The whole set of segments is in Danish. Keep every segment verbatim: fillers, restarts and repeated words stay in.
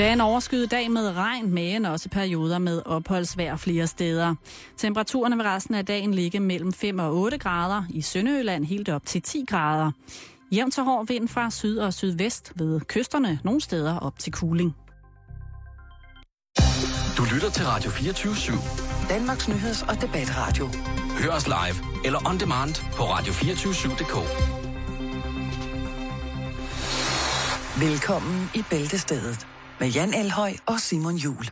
Det er en overskyet dag med regn, men også perioder med opholdsvejr flere steder. Temperaturerne vil resten af dagen ligge mellem fem og otte grader, i Sønderjylland helt op til ti grader. Jævnt til hård vind fra syd og sydvest ved kysterne, nogle steder op til kuling. Du lytter til Radio fireogtyve syv. Danmarks nyheds- og debatradio. Hør os live eller on demand på radio to fire syv punktum d k. Velkommen i Bæltestedet med Jan Elhøj og Simon Juhl.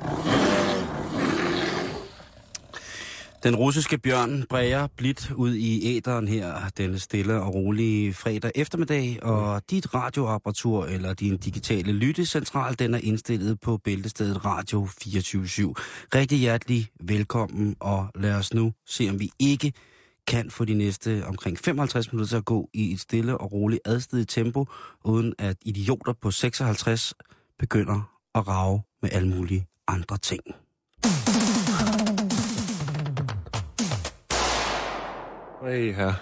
Den russiske bjørn bræger blidt ud i æteren her denne stille og rolige fredag eftermiddag, og dit radioapparatur eller din digitale lyttecentral, den er indstillet på Bæltestedet Radio fireogtyve syv. Rigtig hjertelig velkommen, og lad os nu se, om vi ikke kan få de næste omkring femoghalvtreds minutter til at gå i et stille og roligt adstedigt tempo, uden at idioter på seksoghalvtreds begynder at rage med alle mulige andre ting. Hey her.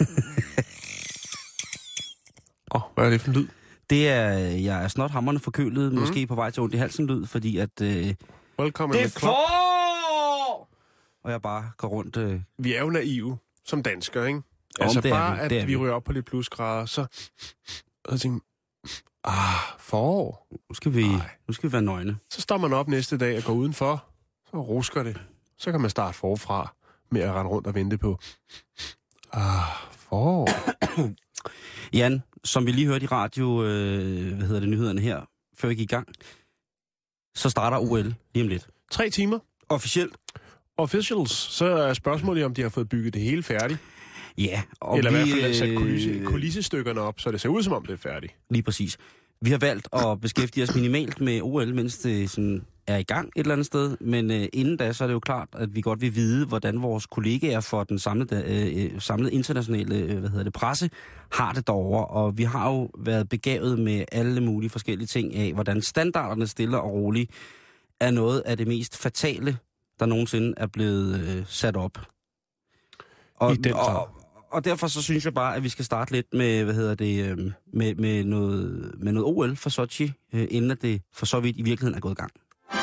Åh, oh, hvad er det for en lyd? Det er, jeg er snot hamrende forkølet, mm. måske på vej til ondt i halsen lyd, fordi at... Øh, Velkommen det får! Og jeg bare går rundt... Øh, vi er jo naive som danskere, ikke? Altså det bare, vi, at vi, vi ryger op på lidt plusgrader, så... Og jeg tænker, ah, forår. Nu skal, vi, nu skal vi være nøgne. Så står man op næste dag og går udenfor, så rusker det. Så kan man starte forfra med at rende rundt og vente på... Ah, forår. Jan, som vi lige hørte i radio, øh, hvad hedder det, nyhederne her, før vi gik i gang, så starter O L lige om lidt. Tre timer. Officielt. Officials. Så er spørgsmålet, om de har fået bygget det hele færdigt. Ja. Og Eller vi, i hvert fald sat kulisse, kulissestykkerne op, så det ser ud som om det er færdigt. Lige præcis. Vi har valgt at beskæftige os minimalt med O L, mens det sådan er i gang et eller andet sted. Men øh, inden da, så er det jo klart, at vi godt vil vide, hvordan vores kollegaer for den samlede, øh, samlede internationale øh, hvad hedder det, presse har det derovre. Og vi har jo været begavet med alle mulige forskellige ting af, hvordan standarderne stille og roligt er noget af det mest fatale, der nogensinde er blevet øh, sat op. Og, og, og derfor så synes jeg bare, at vi skal starte lidt med, hvad hedder det, øh, med, med, noget, med noget O L for Sochi, øh, inden at det for så vidt i virkeligheden er gået i gang.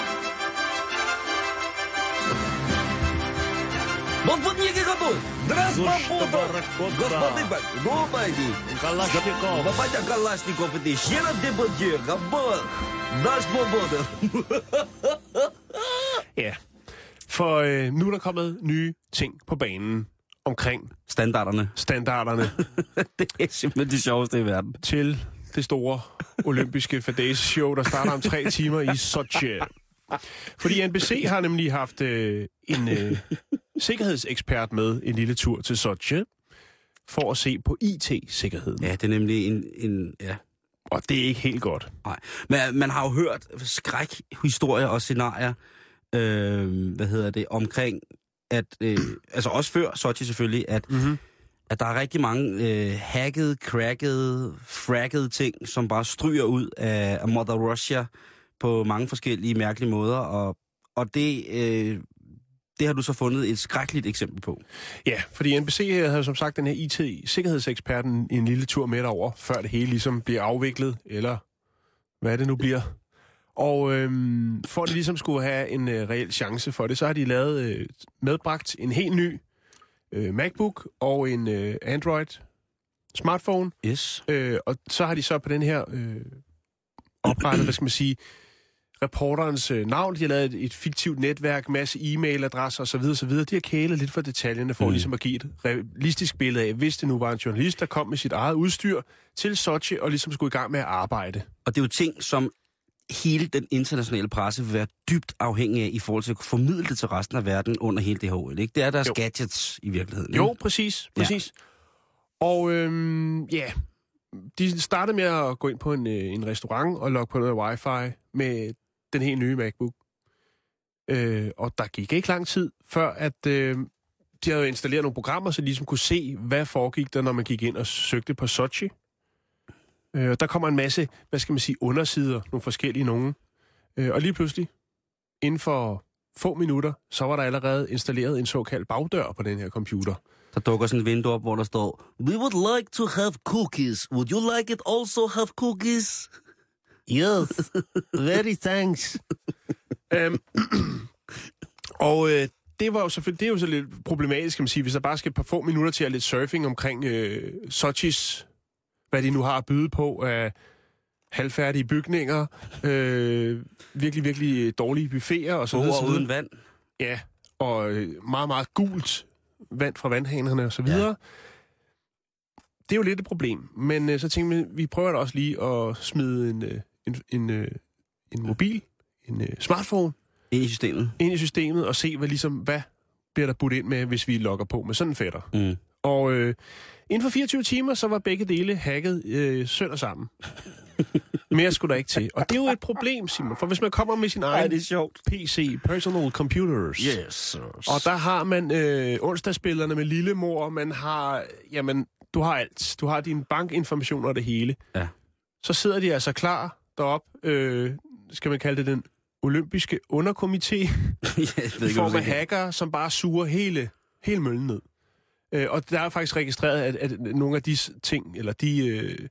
Господники готовы! Драсбабоба! Господи, губайди! Калашников! Бабадя Калашников, это еще раз дебатер! Габбал! Дашь свободу! Ja, for øh, nu er der kommet nye ting på banen omkring Standarderne. standarderne Det er simpelthen det sjoveste i verden. til det store olympiske fadæse-show, der starter om tre timer i Sochi. Fordi N B C har nemlig haft øh, en øh, sikkerhedsekspert med en lille tur til Sochi for at se på I T-sikkerheden. Ja, det er nemlig en... en ja. Og det er ikke helt godt. Nej, men man har jo hørt skrækhistorier og scenarier, øh, hvad hedder det, omkring, at, øh, altså også før Sochi selvfølgelig, at, mm-hmm. at der er rigtig mange øh, hackede, crackede, fraggede ting, som bare stryger ud af, af Mother Russia på mange forskellige mærkelige måder, og, og det, øh, det har du så fundet et skrækkeligt eksempel på. Ja, fordi N B C havde som sagt den her I T-sikkerhedseksperten en lille tur med derover, før det hele ligesom bliver afviklet, eller hvad det nu bliver. Og øhm, for at de ligesom skulle have en øh, reel chance for det, så har de lavet øh, medbragt en helt ny øh, MacBook og en øh, Android smartphone. Yes. Øh, og så har de så på den her øh, oprettet, hvad skal man sige, reporterens øh, navn. De har lavet et, et fiktivt netværk, masse e-mailadresser osv. osv. De har kælet lidt for detaljerne for mm. ligesom at give et realistisk billede af, hvis det nu var en journalist, der kom med sit eget udstyr til Sochi og ligesom skulle i gang med at arbejde. Og det er jo ting, som hele den internationale presse vil være dybt afhængig af i forhold til at formidle det til resten af verden under hele det her år, ikke? Det er deres jo. gadgets i virkeligheden. Jo, præcis, præcis. Ja. Og øhm, ja, de startede med at gå ind på en, en restaurant og logge på noget wifi med den helt nye MacBook. Øh, og der gik ikke lang tid, før at øh, de havde installeret nogle programmer, så de ligesom kunne se, hvad foregik der, når man gik ind og søgte på Sochi. Øh, der kommer en masse, hvad skal man sige, undersider, nogle forskellige nogen. Øh, og lige pludselig, inden for få minutter, så var der allerede installeret en såkaldt bagdør på den her computer. Der dukker sådan et vindue op, hvor der står, "We would like to have cookies. Would you like it also have cookies?" Yes, very thanks. um, og øh, det var jo selvfølgelig, det er jo så lidt problematisk, kan man sige, hvis der bare skal et par få minutter til at lidt surfing omkring øh, Sochis, hvad de nu har at byde på af halvfærdige bygninger, øh, virkelig, virkelig dårlige buffeter og så videre. Over uden vand. Ja, og øh, meget, meget gult vand fra vandhanerne og så videre. Ja. Det er jo lidt et problem, men øh, så tænkte vi, vi prøver da også lige at smide en, øh, en, en, øh, en mobil, en øh, smartphone, ind i systemet. Ind i systemet og se, hvad, ligesom, hvad bliver der budt ind med, hvis vi logger på med sådan en fætter. Mm. Og øh, inden for fireogtyve timer, så var begge dele hacket øh, sønder sammen. Mere skulle der ikke til. Og det er jo et problem, Simon, for hvis man kommer med sin egen Ej, det er sjovt. P C, personal computers, yes, og der har man øh, onsdagsspillerne med lillemor, man har, jamen, du har alt. Du har dine bankinformationer og det hele. Ja. Så sidder de altså klar derop, øh, skal man kalde det den olympiske underkomité, i form af hacker, som bare suger hele, hele møllen ned. Øh, og der er faktisk registreret, at, at nogle af de ting, eller de, øh,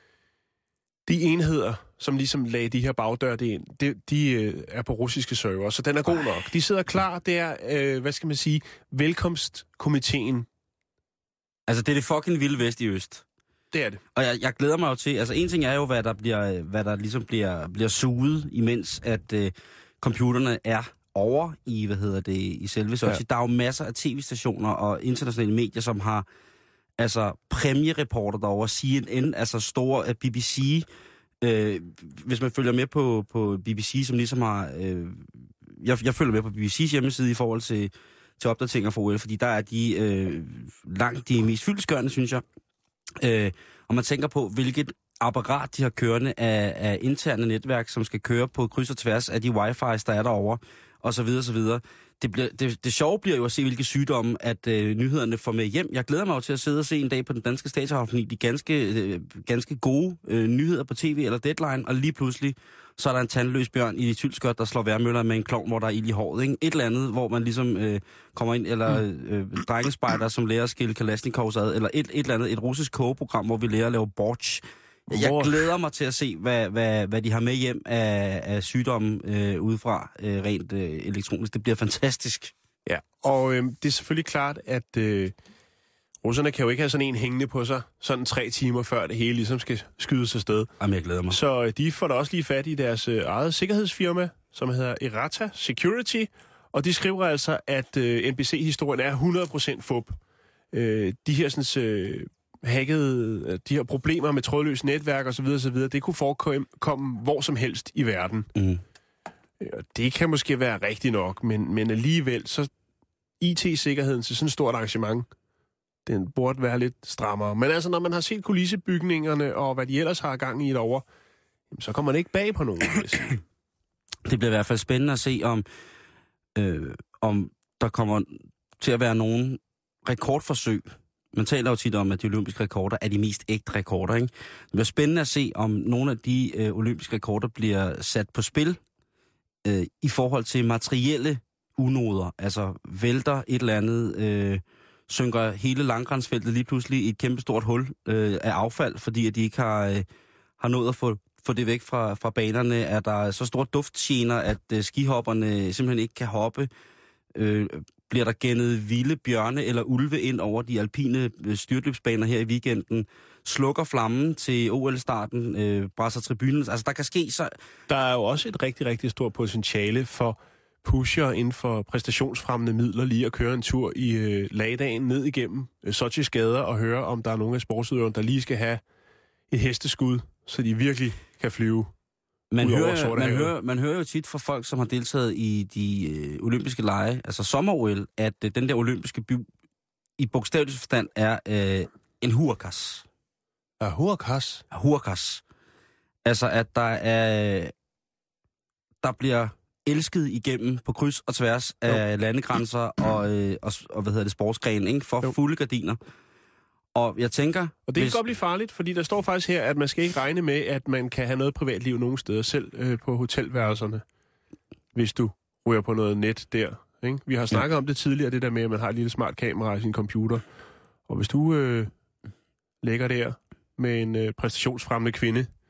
de enheder, som ligesom lagde de her bagdøre det ind, de, de øh, er på russiske server, så den er god nok. De sidder klar, det er, øh, hvad skal man sige, velkomstkomiteen. Altså, det er det fucking vilde vest i øst. Det er det. Og jeg, jeg glæder mig jo til, altså en ting er jo, hvad der bliver, hvad der ligesom bliver, bliver suget, imens at øh, computerne er over i, hvad hedder det, i selve Sochi. Ja. Der er jo masser af tv-stationer og internationale medier, som har altså præmiereporter derovre, C N N, altså store B B C. Øh, hvis man følger med på, på B B C, som ligesom har... Øh, jeg, jeg følger med på B B C's hjemmeside i forhold til, til opdateringer for O L, fordi der er de øh, langt de mest fyldestgørende, synes jeg. Øh, og man tænker på, hvilket apparat de har kørende af, af interne netværk, som skal køre på kryds og tværs af de wifi's, der er derovre, og så videre, så videre. Det, bliver, det, det sjove bliver jo at se, hvilke sygdomme, at øh, nyhederne får med hjem. Jeg glæder mig jo til at sidde og se en dag på den danske statsaften de ganske, øh, ganske gode øh, nyheder på tv eller Deadline, og lige pludselig, så er der en tandløs bjørn i de tylskørt, der slår værmøller med en klovn, hvor der er ild i håret. Ikke? Et eller andet, hvor man ligesom øh, kommer ind, eller øh, drengespejder, som lærer at skille Kalashnikovs ad, eller et, et eller andet, et russisk kogeprogram, hvor vi lærer at lave borch. Jeg glæder mig til at se, hvad, hvad, hvad de har med hjem af, af sygdomme øh, udefra, øh, rent øh, elektronisk. Det bliver fantastisk. Ja, og øh, det er selvfølgelig klart, at øh, russerne kan jo ikke have sådan en hængende på sig, sådan tre timer før det hele ligesom skal skydes afsted. Jamen, jeg glæder mig. Så øh, de får da også lige fat i deres øh, eget sikkerhedsfirma, som hedder Errata Security, og de skriver altså, at øh, N B C-historien er hundrede procent fup. Øh, de her sådan... Øh, hackede, de her problemer med trådløse netværk og så videre, så videre, det kunne forekomme hvor som helst i verden. Mm. Det kan måske være rigtigt nok, men, men alligevel, så I T-sikkerheden til sådan et stort arrangement, den burde være lidt strammere. Men altså, når man har set kulissebygningerne og hvad de ellers har gang i et over, så kommer man ikke bag på nogen. Det bliver i hvert fald spændende at se, om, øh, om der kommer til at være nogen rekordforsøg. Man taler jo tit om, at de olympiske rekorder er de mest ægte rekorder, ikke? Det bliver spændende at se, om nogle af de øh, olympiske rekorder bliver sat på spil øh, i forhold til materielle unoder. Altså vælter et eller andet, øh, synker hele langrensfeltet lige pludselig i et kæmpestort hul øh, af affald, fordi at de ikke har, øh, har nået at få, få det væk fra, fra banerne. Er der så store duftgener, at øh, skihopperne simpelthen ikke kan hoppe? Øh, Bliver der gennet vilde bjørne eller ulve ind over de alpine styrtløbsbaner her i weekenden? Slukker flammen til O L-starten? Øh, brænder tribunen? Altså, der kan ske så... Der er jo også et rigtig, rigtig stort potentiale for pusher inden for præstationsfremmende midler lige at køre en tur i øh, lagdagen ned igennem øh, Sochis gader og høre, om der er nogle af sportsudøverne, der lige skal have et hesteskud, så de virkelig kan flyve. Man hører, man, hører, man hører jo tit fra folk, som har deltaget i de øh, olympiske lege, altså sommer-O L, at øh, den der olympiske by i bogstavelig forstand er øh, en hurkas. Ja, hurkas? Ja, hurkas. Altså, at der er... Der bliver elsket igennem på kryds og tværs af jo. landegrænser og, øh, og, og, hvad hedder det, sportsgrene, ikke? For jo. fulde gardiner. Og jeg tænker... Og det kan hvis... godt blive farligt, fordi der står faktisk her, at man skal ikke regne med, at man kan have noget privatliv nogen steder, selv øh, på hotelværelserne, hvis du ryger på noget net der. Ikke? Vi har snakket ja. om det tidligere, det der med, at man har et lille smart kamera i sin computer. Og hvis du øh, ligger der med en øh, præstationsfremmende kvinde,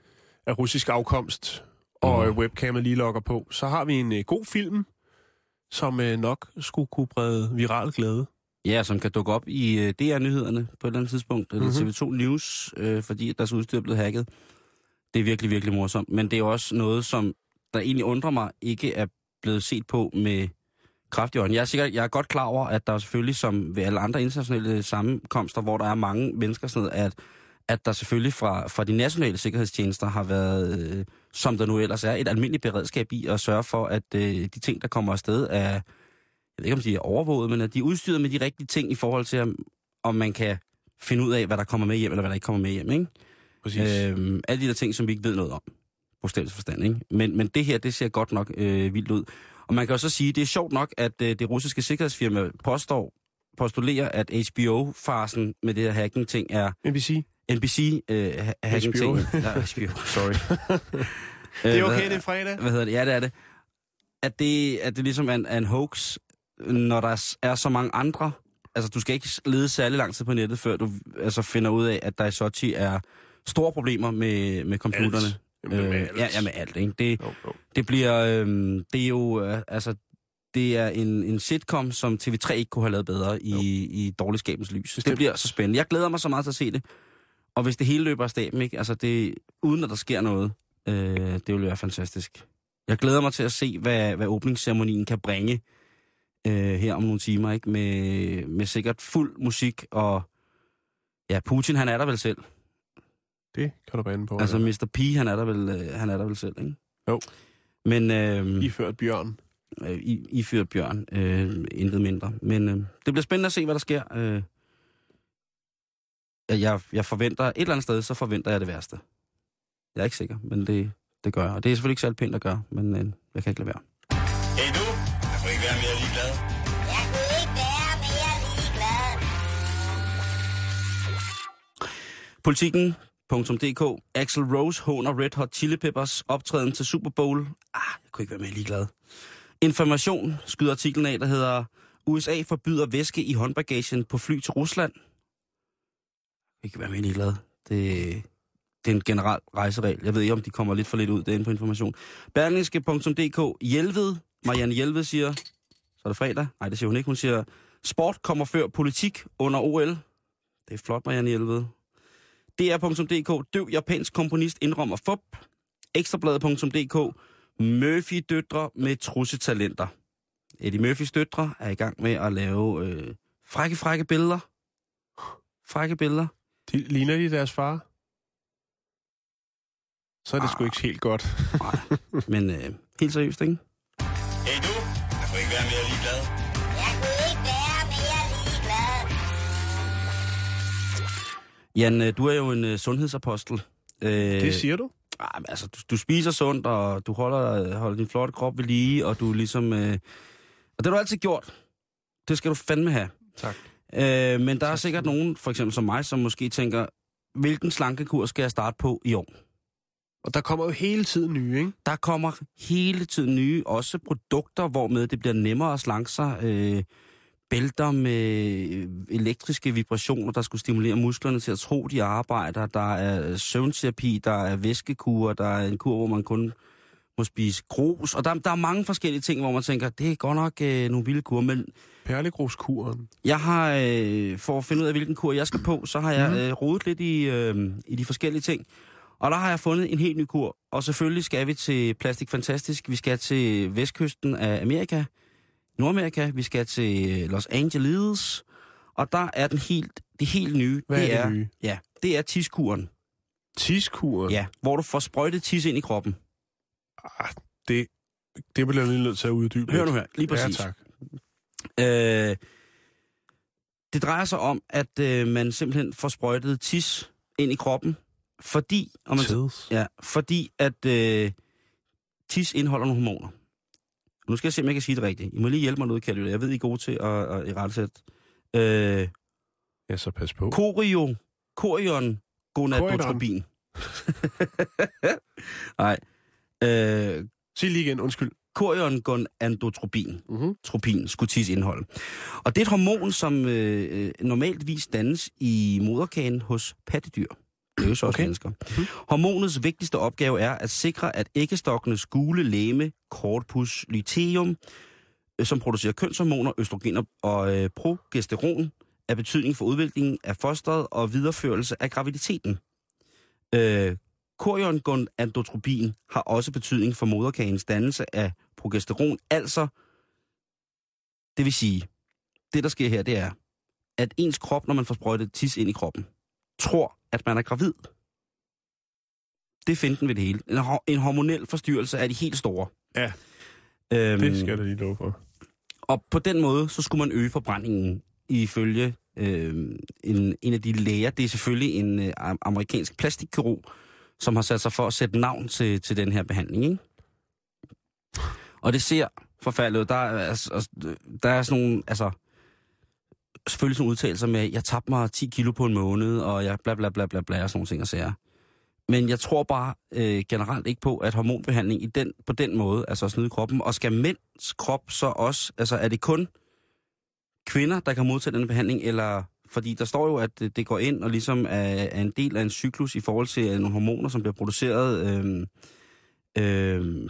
af russisk afkomst, og Mm. webcamet lige logger på, så har vi en øh, god film, som øh, nok skulle kunne brede viral glæde. Ja, som kan dukke op i øh, D R-nyhederne på et eller andet tidspunkt, eller Mhm. T V to News, øh, fordi deres udstyr er blevet hacket. Det er virkelig, virkelig morsomt. Men det er også noget, som der egentlig undrer mig, ikke er blevet set på med kraftig øjne. Jeg er, sikkert, jeg er godt klar over, at der selvfølgelig, som ved alle andre internationale sammenkomster, hvor der er mange mennesker, sådan noget, at, at der selvfølgelig fra, fra de nationale sikkerhedstjenester har været, øh, som der nu ellers er, et almindeligt beredskab i at sørge for, at øh, de ting, der kommer afsted, er, jeg ved ikke om de er overvåget, men at de er udstyret med de rigtige ting i forhold til, om, om man kan finde ud af, hvad der kommer med hjem, eller hvad der ikke kommer med hjem, ikke? Præcis. Øhm, alle de der ting, som vi ikke ved noget om, på forstand, ikke? Men, men det her, det ser godt nok øh, vildt ud. Og man kan jo så sige, det er sjovt nok, at øh, det russiske sikkerhedsfirma påstår, postulerer, at H B O-farsen med det her hacking-ting er N B C. N B C-hacking-ting. H B O. Ja, H B O, sorry. Det er Øh, okay, hvad- det er fredag. Hvad hedder det? Ja, det er det. At det, at det ligesom er en, er en hoax, når der er så mange andre. Altså, du skal ikke lede særlig lang tid på nettet, før du altså, finder ud af, at der i Sochi er store problemer med, med computerne. Alt. Jamen, med alt. ja, ja, med alt. Ikke? Det, Jo, jo. det bliver, øh, det er jo, øh, altså, det er en, en sitcom, som T V tre ikke kunne have lavet bedre i, i dårligskabens lys. Bestemt. Det bliver så spændende. Jeg glæder mig så meget til at se det. Og hvis det hele løber af staben, ikke? Altså det, uden at der sker noget, øh, det vil være fantastisk. Jeg glæder mig til at se, hvad, hvad åbningsceremonien kan bringe øh, her om nogle timer, ikke? Med, med sikkert fuld musik, og ja, Putin, han er der vel selv. Det kan du bande på. Altså ja. mister P, han er der vel, øh, han er der vel selv, ikke? Jo. Men øh, Iført bjørn. øh, i, iført bjørn, øh, intet mindre. Men øh, det bliver spændende at se, hvad der sker. Øh, jeg, jeg forventer, et eller andet sted, så forventer jeg det værste. Jeg er ikke sikker, men det, det gør jeg. Og det er selvfølgelig ikke særlig pænt at gøre, men øh, jeg kan ikke lade være. Hey du, jeg kunne ikke være mere ligeglad. Jeg kunne ikke være mere ligeglad. Politikken punktum d k. Axl Rose håner Red Hot Chili Peppers optræden til Super Bowl. Ah, jeg kunne ikke være mere ligeglad. Information skyder artiklen af, der hedder U S A forbyder væske i håndbagagen på fly til Rusland. Jeg kan ikke være mere ligeglad. Det, det er en generel rejseregel. Jeg ved ikke, om de kommer lidt for lidt ud derinde på information. Berlingske punktum d k. Hjelved. Marianne Hjelved siger, så er det fredag. Nej, det siger hun ikke. Hun siger, sport kommer før politik under O L. Det er flot, Marianne Hjelved. D R punktum d k. Døv japansk komponist indrømmer fup. Ekstrabladet punktum d k. Murphy-døtre med trussetalenter. Eddie Murphys døtre er i gang med at lave øh, frække, frække billeder. Frække billeder. De, ligner de deres far? Så er det sgu ikke helt godt. Nej, men øh, helt seriøst, ikke? Hey du, jeg kunne ikke være mere ligeglad. Jeg kunne ikke være mere ligeglad. Jan, øh, du er jo en øh, sundhedsapostel. Øh, Det siger du? ah, men altså, du, du spiser sundt, og du holder, holder din flotte krop ved lige, og du ligesom... Øh, og det har du altid gjort. Det skal du fandme have. Tak. Øh, men der er sikkert nogen, for eksempel som mig, som måske tænker, hvilken slankekur skal jeg starte på i år? Og der kommer jo hele tiden nye, ikke? Der kommer hele tiden nye, også produkter, hvormed det bliver nemmere at slanke sig. Øh, bælter med elektriske vibrationer, der skulle stimulere musklerne til at tro, de arbejder. Der er søvnterapi, der er væskekurer, der er en kur, hvor man kun må spise grus. Og der, der er mange forskellige ting, hvor man tænker, det er godt nok øh, nogle vilde kurer, men Perlegruskuren. jeg har, øh, for at finde ud af, hvilken kur jeg skal på, så har jeg øh, rodet lidt i, øh, i de forskellige ting. Og der har jeg fundet en helt ny kur. Og selvfølgelig skal vi til Plastic Fantastisk. Vi skal til vestkysten af Amerika, Nordamerika. Vi skal til Los Angeles. Og der er den helt, det helt nye. Hvad er det nye? Ja, det er tiskuren. Tiskuren? Ja, hvor du får sprøjtet tis ind i kroppen. Ah, det, det bliver jeg lige nødt til at uddybe. Hør lidt. nu her, lige præcis. Ja, tak. Øh, det drejer sig om, at øh, man simpelthen får sprøjtet tis ind i kroppen, fordi, og man, Tids. ja, fordi at øh, tis indeholder nogle hormoner. Nu skal jeg se, om jeg kan sige det rigtigt. I må lige hjælpe mig noget, Kalle. Jeg ved, I er gode til at, at i rettesætte. Øh, Ja, så pas på. Korio, Korion gonadotropin. Nej. Øh, Sig lige igen, undskyld. Korion gonadotropin. Mm-hmm. Tropin skulle tis indeholde. Og det er et hormon, som øh, normaltvis dannes i moderkagen hos pattedyr. Det er jo så også Okay. mennesker. Hormonets vigtigste opgave er at sikre, at æggestokkenes gule legeme, corpus luteum, øh, som producerer kønshormoner, østrogener og øh, progesteron, er betydning for udviklingen af fosteret og videreførelse af graviditeten. Øh, Chorion-gonadotropin har også betydning for moderkagens dannelse af progesteron. Altså, det vil sige, det der sker her, det er, at ens krop, når man får sprøjtet tis ind i kroppen, tror, at man er gravid. Det er finten ved det hele. En, en hormonel forstyrrelse er de helt store. Ja, øhm, det skal jeg da lige love for. Og på den måde, så skulle man øge forbrændingen ifølge øh, en, en af de læger. Det er selvfølgelig en øh, amerikansk plastikkirurg, som har sat sig for at sætte navn til, til den her behandling. Ikke? Og det ser forfærdeligt ud. Der er, altså, der er sådan nogle, altså, selvfølgelig sådan nogle udtalelser med, jeg tabte mig ti kilo på en måned, og jeg bla bla bla bla bla, og sådan nogle ting og sager. Men jeg tror bare øh, generelt ikke på, at hormonbehandling i den, på den måde, altså at snyde kroppen, og skal mænds krop så også, altså er det kun kvinder, der kan modtage den behandling, eller fordi der står jo, at det går ind og ligesom er, er en del af en cyklus i forhold til nogle hormoner, som bliver produceret. Øh, øh,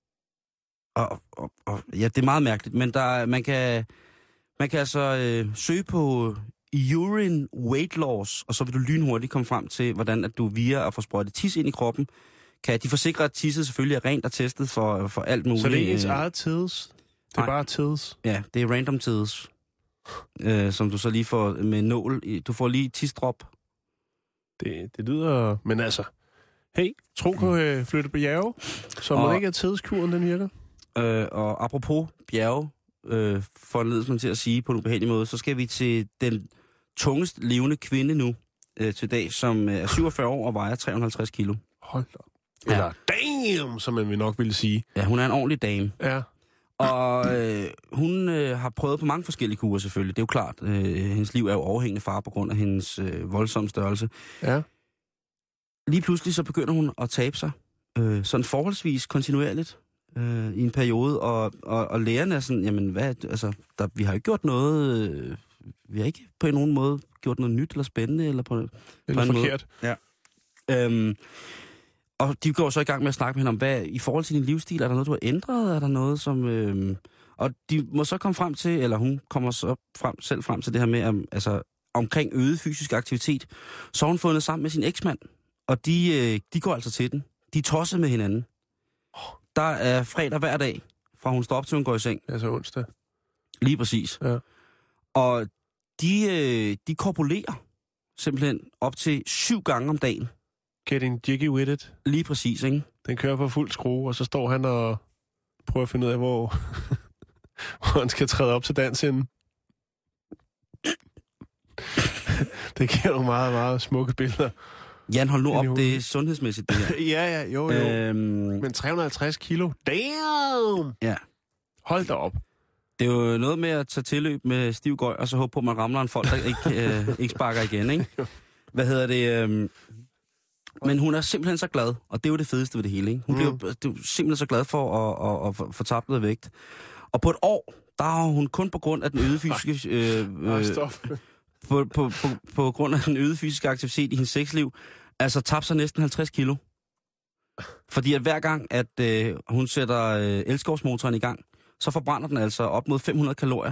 og, og, og ja, det er meget mærkeligt, men der, man kan, man kan altså øh, søge på urine weight loss, og så vil du lynhurtigt komme frem til, hvordan at du via at få sprøjtet tis ind i kroppen, kan de forsikre, at tisset selvfølgelig er rent og testet for, for alt muligt. Så det er ens eget tids? Det er Nej. bare tids? Ja, det er random tids, øh, som du så lige får med nål. i- Du får lige tisdrop. Det, det lyder... Men altså, hey, tro kan øh, flytte på bjerge, så må Og- det ikke, at tidskuren den virker. Øh, og apropos bjerge, øh, forledes man til at sige på en ubehagelig måde, så skal vi til den tungest levende kvinde nu øh, til dag, som øh, er syvogfyrre år og vejer tre hundrede og halvtreds kilo. Hold da. Ja. Eller damn, som man vil nok ville sige. Ja, hun er en ordentlig dame. Ja. Og øh, hun øh, har prøvet på mange forskellige kurer selvfølgelig. Det er jo klart, øh, hendes liv er jo overhængende far på grund af hendes øh, voldsomme størrelse. Ja. Lige pludselig så begynder hun at tabe sig, øh, sådan forholdsvis kontinuerligt øh, i en periode, og, og, og lægerne er sådan, jamen hvad, altså, der, vi har ikke gjort noget, øh, vi har ikke på nogen måde gjort noget nyt eller spændende, eller på, Eller på en forkert. måde. Ja. Øhm, og de går så i gang med at snakke med hende om, hvad i forhold til din livsstil, er der noget, du har ændret? Er der noget, som... Øh, og de må så komme frem til, eller hun kommer så frem, selv frem til det her med, um, altså omkring øget fysisk aktivitet. Så har hun fundet sammen med sin eksmand, og de, øh, de går altså til den. De er tosset med hinanden. Der er fredag hver dag, fra hun står op til hun går i seng. Altså onsdag. Lige præcis. Ja. Og de, øh, de korpulerer simpelthen op til syv gange om dagen. Getting jiggy with it. Lige præcis, ikke? Den kører på fuld skrue, og så står han og prøver at finde ud af, hvor, hvor han skal træde op til dansen. Det giver nogle meget, meget smukke billeder. Jan, hold nu Ind i op, hovedet. det er sundhedsmæssigt, det her. Ja, ja, jo, jo. øhm, Men tre hundrede og halvtreds kilo? Damn! Ja. Hold da op. Det er jo noget med at tage tilløb med stiv gøj, og så håbe på, at man ramler en folk, der ikke, øh, ikke sparker igen, ikke? Hvad hedder det? Øh, men hun er simpelthen så glad, og det er jo det fedeste ved det hele, ikke? Hun mm. bliver jo simpelthen så glad for at, at, at, at få tabt noget vægt. Og på et år, der har hun kun på grund af den øgede fysiske... Øh, Øh, øh, stop. på, på, på, på grund af den øgede fysiske aktivitet i hendes sexliv, altså tabt sig næsten halvtreds kilo. Fordi at hver gang, at øh, hun sætter øh, elskovsmotoren i gang, så forbrænder den altså op mod fem hundrede kalorier.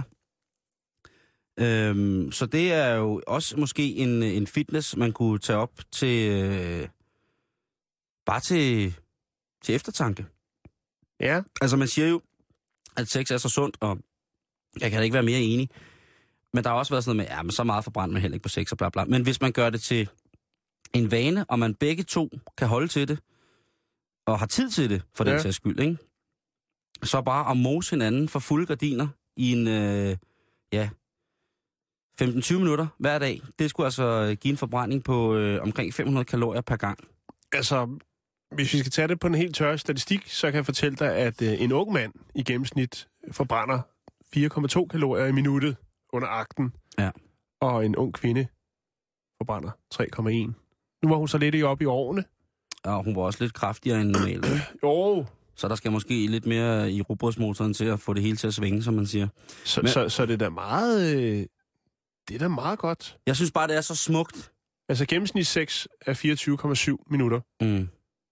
Øhm, så det er jo også måske en, en fitness, man kunne tage op til, øh, bare til, til eftertanke. Ja, Altså man siger jo, at sex er så sundt, og jeg kan da ikke være mere enig. Men der har også været sådan noget med, ja, men så meget forbrændt man heller ikke på sex og bla bla. Men hvis man gør det til en vane, og man begge to kan holde til det, og har tid til det, for ja. den sags skyld, ikke? Så bare at mose hinanden for fulde gardiner i en, øh, ja, femten til tyve minutter hver dag. Det skulle altså give en forbrænding på øh, omkring fem hundrede kalorier per gang. altså, hvis vi skal tage det på en helt tør statistik, så kan jeg fortælle dig, at øh, en ung mand i gennemsnit forbrænder fire komma to kalorier i minuttet under akten. Ja. Og en ung kvinde forbrænder tre komma en. Nu var hun så lidt i op i årene. Og hun var også lidt kraftigere end normalt. Ikke? Jo. Så der skal måske lidt mere i rugbrødsmotoren til at få det hele til at svinge, som man siger. Så, Men- så, så det er da meget... Øh, det er da meget godt. Jeg synes bare, det er så smukt, Altså gennemsnitssex er fireogtyve komma syv minutter. Mm.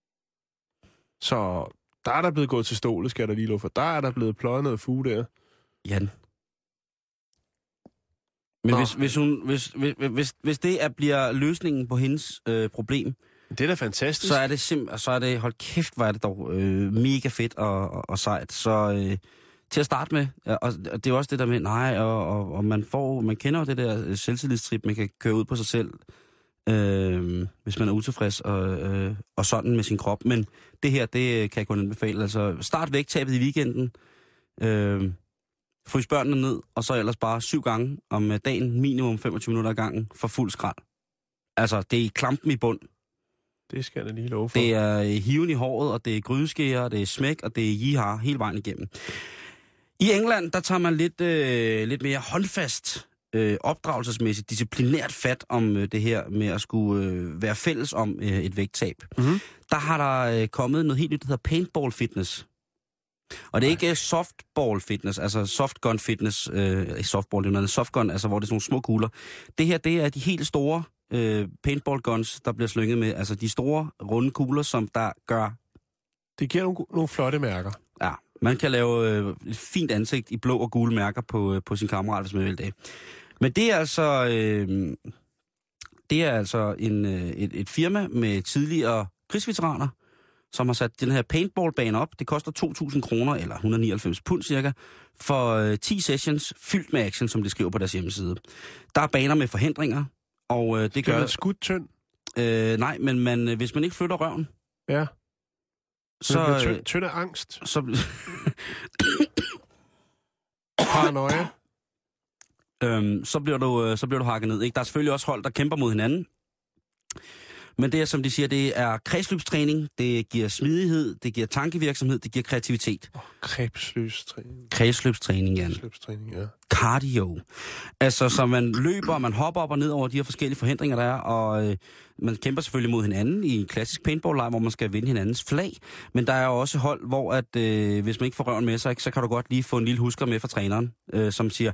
Så der er der blevet gået til stålet, skal jeg da lige love for. Der er der blevet pløjet noget fuge der. Jan. Men Nå. hvis, hvis, hun, hvis, hvis, hvis, hvis det er, bliver løsningen på hendes øh, problem, Det er da fantastisk. så er det simpelthen, så er det, hold kæft, hvor er det dog øh, mega fedt og, og, og sejt. Så øh, til at starte med, og, og det er også det der med, nej, og, og, og man får, man kender jo det der selvtillidstrip, man kan køre ud på sig selv, øh, hvis man er utilfreds og, øh, og sådan med sin krop. Men det her, det kan jeg kun anbefale. Altså start vægttabet i weekenden, øh, frys børnene ned, og så ellers bare syv gange om dagen, minimum femogtyve minutter ad gangen, for fuld skrald. Altså, det er klampen i bund. Det skal jeg da lige love for. Det er hiven i håret, og det er grydeskære, og det er smæk, og det er jihar hele vejen igennem. I England, der tager man lidt, øh, lidt mere håndfast, øh, opdragelsesmæssigt, disciplinært fat om øh, det her med at skulle øh, være fælles om øh, et vægttab. Mm-hmm. Der har der øh, kommet noget helt nyt, der hedder paintball fitness. Og det er ikke softball fitness, altså softgun fitness, øh, softball, det er noget softgun, altså hvor det er sådan nogle små kugler. Det her, det er de helt store øh, paintball guns, der bliver slynget med, altså de store runde kugler, som der gør... Det giver nogle, nogle flotte mærker. Ja, man kan lave øh, et fint ansigt i blå og gule mærker på, øh, på sin kammerat, hvis man vil det. Men det er altså, øh, det er altså en, øh, et, et firma med tidligere krigsveteraner, som har sat den her paintballbane op. Det koster to tusind kroner, eller et hundrede og nioghalvfems pund cirka, for øh, ti sessions fyldt med action, som de skriver på deres hjemmeside. Der er baner med forhindringer, og øh, det Skal gør... man skudt tynd? Øh, nej, men man, øh, hvis man ikke flytter røven, Ja. så... Så, tynd, Øh, tynd af angst. så Paranoia. øhm, så, bliver du, øh, så bliver du hakket ned. Ikke? Der er selvfølgelig også hold, der kæmper mod hinanden. Men det er, som de siger, det er kredsløbstræning, det giver smidighed, det giver tankevirksomhed, det giver kreativitet. Oh, krebsløstræning. Kredsløbstræning, Jan. Krebsløbstræning, ja. Cardio. Altså, så man løber, man hopper op og ned over de her forskellige forhindringer, der er, og øh, man kæmper selvfølgelig mod hinanden i en klassisk paintball-leg, hvor man skal vinde hinandens flag. Men der er jo også hold, hvor at, øh, hvis man ikke får røven med sig, så kan du godt lige få en lille husker med fra træneren, øh, som siger,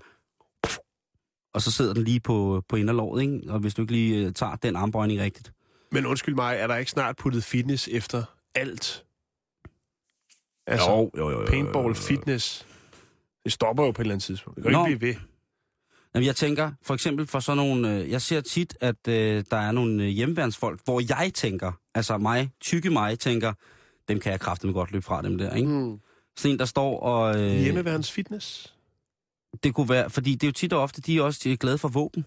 og så sidder den lige på, på inderlåret, ikke? Og hvis du ikke lige øh, tager den armbøjning rigtigt. Men undskyld mig, er der ikke snart puttet fitness efter alt? Altså, jo, jo, jo, jo, paintball, fitness. Det stopper jo på et eller andet tidspunkt. Det kan Nå. ikke blive ved. Jamen, jeg tænker, for eksempel for sådan nogle... Øh, jeg ser tit, at øh, der er nogle øh, hjemmeværnsfolk, hvor jeg tænker, altså mig, tykke mig, tænker, dem kan jeg kraftedeme godt løbe fra dem der, ikke? Mm. Sådan en, der står og... Øh, Hjemmeværens fitness? Det kunne være, fordi det er jo tit og ofte, de er også de er glade for våben.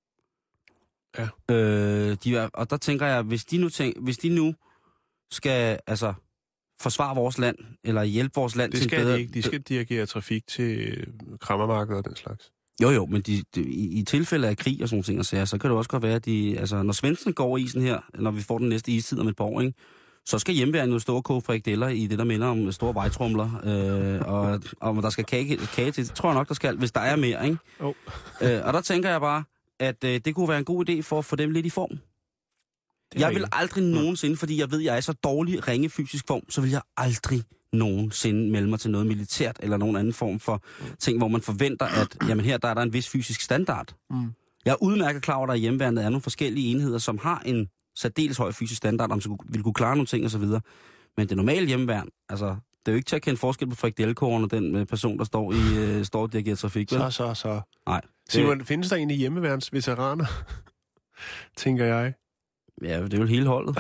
Ja. Øh, de er, og der tænker jeg, hvis de nu, tænk, hvis de nu skal altså, forsvare vores land, eller hjælpe vores land Det til en skal bedre... de ikke. De skal dirigere trafik til krammermarkeder og den slags. Jo, jo, men de, de, i, i tilfælde af krig og sådan nogle ting, og sager, så kan det også godt være, at de... Altså, når svenskerne går over isen her, når vi får den næste istid om et par år, ikke, så skal hjemmeværende jo stå og koge frikadeller i det, der minder om store vejtrumler, øh, og, og der skal kage, kage til. Det tror jeg nok, der skal, hvis der er mere, ikke? Oh. Øh, og der tænker jeg bare, at øh, det kunne være en god idé for at få dem lidt i form. Jeg vil aldrig nogensinde, fordi jeg ved, at jeg er så dårlig ringe fysisk form, så vil jeg aldrig nogensinde melde mig til noget militært eller nogen anden form for ting, hvor man forventer, at jamen her der er der en vis fysisk standard. Mm. Jeg er udmærket klar over, at der i hjemmeværnet er nogle forskellige enheder, som har en særdeles høj fysisk standard, om så vil kunne klare nogle ting osv. Men det normale hjemmeværn, altså, det er jo ikke til at kende forskel på frikadellekåren og den person, der står i øh, står og dirigerer trafik. Vel? Så, så, så. Nej. Simon, findes der egentlig hjemmeværns veteraner? Tænker jeg. Ja, det er jo hele holdet.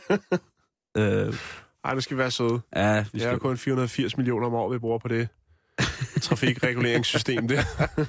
øh, Ej, det skal være søde. ja, vi Det skal... er kun fire hundrede og firs millioner om året, vi bruger på det trafikreguleringssystem der.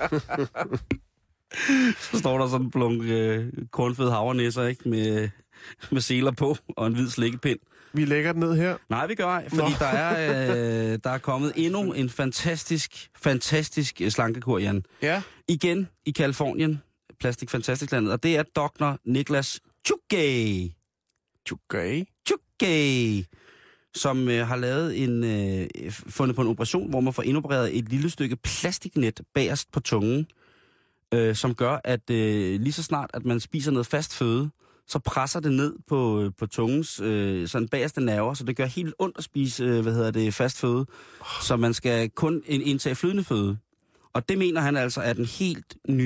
Så står der sådan en blunk øh, kornfede havrenæsser, ikke? Med, med seler på og en hvid slikkepind. Vi lægger den ned her. Nej, vi gør ej, fordi der er, øh, der er kommet endnu en fantastisk, fantastisk øh, slankekur, Jan. Ja. Igen i Kalifornien, Plastic Fantastic landet, og det er doktor Niklas Tjugay. Tjugay? Tjugay, som øh, har lavet en, øh, fundet på en operation, hvor man får indopereret et lille stykke plastiknet bagerst på tungen, øh, som gør, at øh, lige så snart, at man spiser noget fast føde, så presser det ned på, på tungens øh, sådan bagerste nerver, så det gør helt ondt at spise, øh, hvad hedder det, fast føde. Så man skal kun indtage flydende føde. Og det mener han altså er den helt nye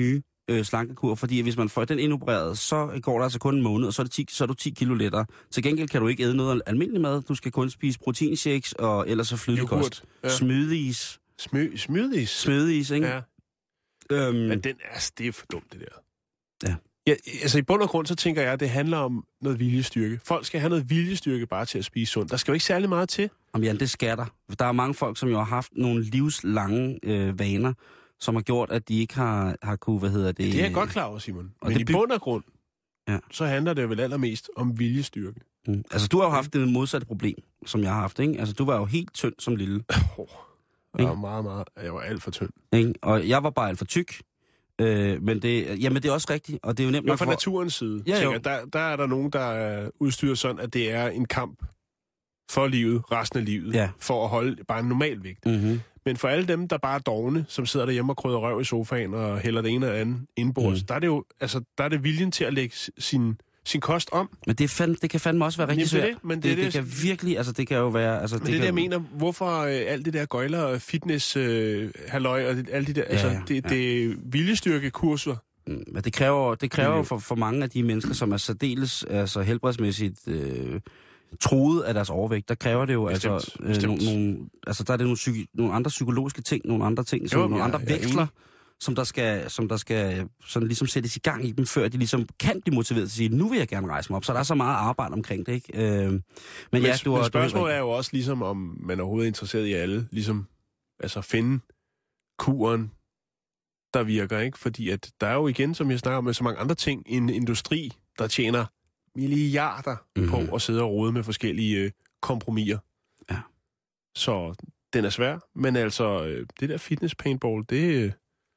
øh, slankekur, fordi hvis man får den indopereret, så går der altså kun en måned, og så er, det ti, så er du ti kilo lettere. Til gengæld kan du ikke æde noget almindelig mad. Du skal kun spise proteinshakes, og ellers så flødekost. Ja. Smoothies. Smy, smoothies? Smoothies, ikke? Ja. Øhm, Men den, altså, det er for dumt, det der. Ja. Ja, altså i bund og grund, så tænker jeg, at det handler om noget viljestyrke. Folk skal have noget viljestyrke bare til at spise sundt. Der skal jo ikke særlig meget til. Jamen, Jan, det skal der. Der er mange folk, som jo har haft nogle livslange øh, vaner, som har gjort, at de ikke har, har kunne, hvad hedder det... Det er jeg godt klar over, Simon. Og Men det i by- bund og grund, ja. så handler det vel allermest om viljestyrke. Mm. Altså, du har jo haft det modsatte problem, som jeg har haft, ikke? Altså, du var jo helt tynd som lille. Oh, jeg var meget, meget... Jeg var alt for tynd. Ikke? Og jeg var bare alt for tyk. Øh, men det, jamen, det er også rigtigt, og det er jo nemt Men nok fra for... naturens side, Ja, tænker, jo. jeg, der, der er der nogen, der er udstyret sådan, at det er en kamp for livet, resten af livet, Ja. for at holde bare en normal vægt. Mm-hmm. Men for alle dem, der bare er dogne, som sidder derhjemme og krydder røv i sofaen og hælder det ene eller andet indbords, Mm. der er det jo altså, der er det viljen til at lægge sin, sin kost om. Men det, er fand, det kan fandme også være rigtig Jamen, det er svært. det, men det det, er det, det- kan virkelig, altså det kan jo være... Altså, Men det er kan, det, jeg mener. Hvorfor øh, alt det der gøjler og fitness, øh, halløj og det, alle de der... Ja, altså, ja, det, ja. det er viljestyrkekurser. Mm, Men det kræver, det kræver Miljø. jo for, for mange af de mennesker, som er særdeles altså helbredsmæssigt øh, truet af deres overvægt, der kræver det jo Bestemt, altså, øh, bestemt. nogle, nogle, altså der er det nogle, psyki, nogle andre psykologiske ting, nogle andre ting, som, Jo, nogle jeg- andre jeg er veksler, enig. som der skal, som der skal sådan ligesom sættes i gang i dem, før de ligesom kan blive motiveret til at sige, nu vil jeg gerne rejse mig op. Så der er så meget arbejde omkring det, ikke? Øh, men, Men, ja, du men har, spørgsmålet du er jo også ligesom, om man overhovedet er interesseret i alle, ligesom, altså finde kuren, der virker, ikke? Fordi at der er jo igen, som jeg snakker om, med så mange andre ting, en industri, der tjener milliarder mm-hmm. Mhm. på at sidde og rode med forskellige øh, kompromiser. Ja. Så den er svær, men altså, øh, det der fitness paintball, det, øh,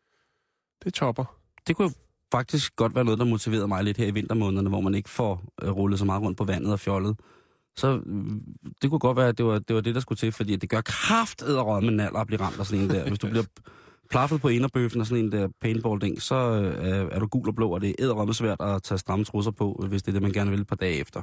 det topper. Det kunne faktisk godt være noget, der motiverede mig lidt her i vintermånederne, hvor man ikke får øh, rullet så meget rundt på vandet og fjollet. Så øh, det kunne godt være, at det var det, var det der skulle til, fordi det gør kraftedderrød med alder at blive ramt af sådan en der. Hvis du bliver plaffet på inderbøffen og sådan en der paintball-ding, så øh, er du gul og blå, og det er edderrømme svært at tage stramme trusser på, hvis det er det, man gerne vil et par dage efter.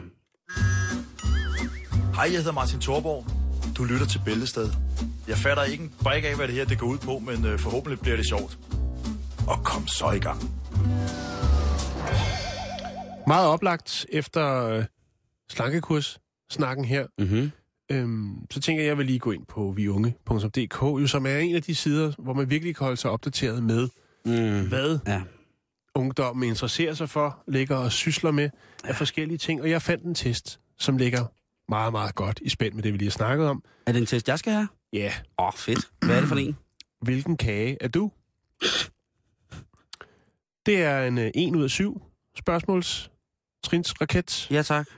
Hej, jeg hedder Martin Thorborg. Du lytter til Bæltested. Jeg fatter ikke en brik af, hvad det her det går ud på, men øh, forhåbentlig bliver det sjovt. Og kom så i gang. Meget oplagt efter øh, slankekurs-snakken her. Mm-hmm. Øhm, så tænker jeg, at jeg vil lige gå ind på viunge punktum d k, jo, som er en af de sider, hvor man virkelig kan holde sig opdateret med, Mm. hvad Ja. ungdommen interesserer sig for, ligger og sysler med af forskellige ting. Og jeg fandt en test, som ligger meget, meget godt i spænd med det, vi lige har snakket om. Er det en test, jeg skal have? Ja, Åh, oh, fedt. Hvad er det for en? hvilken kage er du? Det er en øh, en ud af syv spørgsmålstrinsraket. Ja, tak.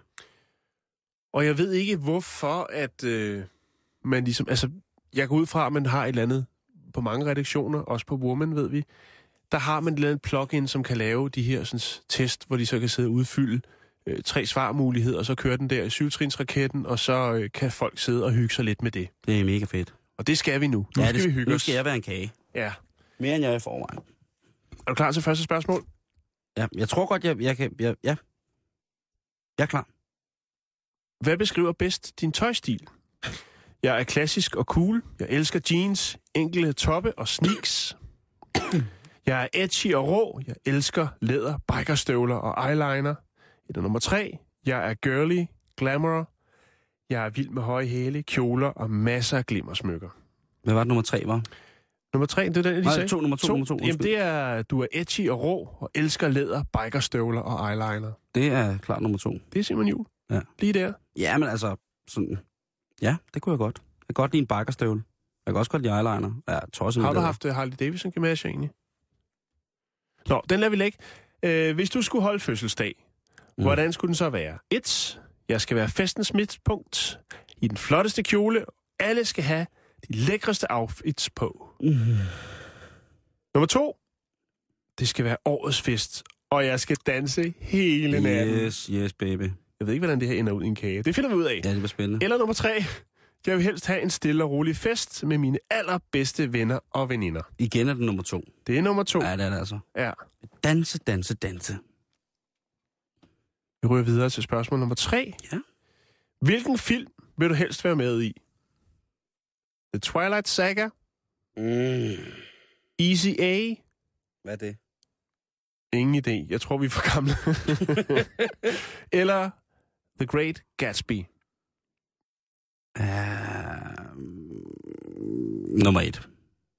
Og jeg ved ikke, hvorfor at øh, man ligesom... Altså, jeg går ud fra, at man har et eller andet på mange redaktioner, også på Woman, ved vi. Der har man et eller andet plugin, som kan lave de her sådan, test, hvor de så kan sidde og udfylde øh, tre svarmuligheder, og så kører den der i syvtrinsraketten, og så øh, kan folk sidde og hygge sig lidt med det. Det er mega fedt. Og det skal vi nu. Nu ja, skal det, vi hygge nu os. skal jeg være en kage. Ja. Mere end jeg er i forvejen. Er du klar til første spørgsmål? Ja, jeg tror godt, jeg, jeg kan... Jeg, ja. Jeg er klar. Hvad beskriver bedst din tøjstil? Jeg er klassisk og cool. Jeg elsker jeans, enkle toppe og sneaks. Jeg er edgy og rå. Jeg elsker læder, bikerstøvler og eyeliner. Eller nummer tre. Jeg er girly, glamour. Jeg er vild med høje hæle, kjoler og masser af glimmersmykker. Hvad var det nummer tre, var? Nummer tre, det er den, jeg lige Nej, sagde. to, nummer to, nummer to, Jamen, undskyld. det er, du er edgy og rå og elsker læder, bikerstøvler og eyeliner. Det er klart nummer to. Det er Simon Juhl. Ja. Lige der. Ja, men altså, sådan... Ja, det kunne jeg godt. Jeg kan godt lide en bakkerstøvle. Jeg kan også godt lide eyeliner. Ja, tosset Har med du læder. haft uh, Harley Davidson gymnasie egentlig? Nå, den lader vi lægge. Uh, hvis du skulle holde fødselsdag, mm. hvordan skulle den så være? et. Jeg skal være festens midtpunkt. I den flotteste kjole. Alle skal have de lækreste outfits på. Mm. Nummer to. Det skal være årets fest. Og jeg skal danse hele natten. Yes, yes, baby. Jeg ved ikke, hvordan det her ender ud i en kage. Det finder vi ud af. Ja, det var spændende. Eller nummer tre. Jeg vil helst have en stille og rolig fest med mine allerbedste venner og veninder. Igen er det nummer to. Det er nummer to. Ja, det er det altså. Ja. Danse, danse, danse. Vi ryger videre til spørgsmål nummer tre. Ja. Hvilken film vil du helst være med i? The Twilight Saga? Mm. Easy A? Hvad er det? Ingen idé. Jeg tror, vi er for gamle. Eller The Great Gatsby. Uh, nummer et.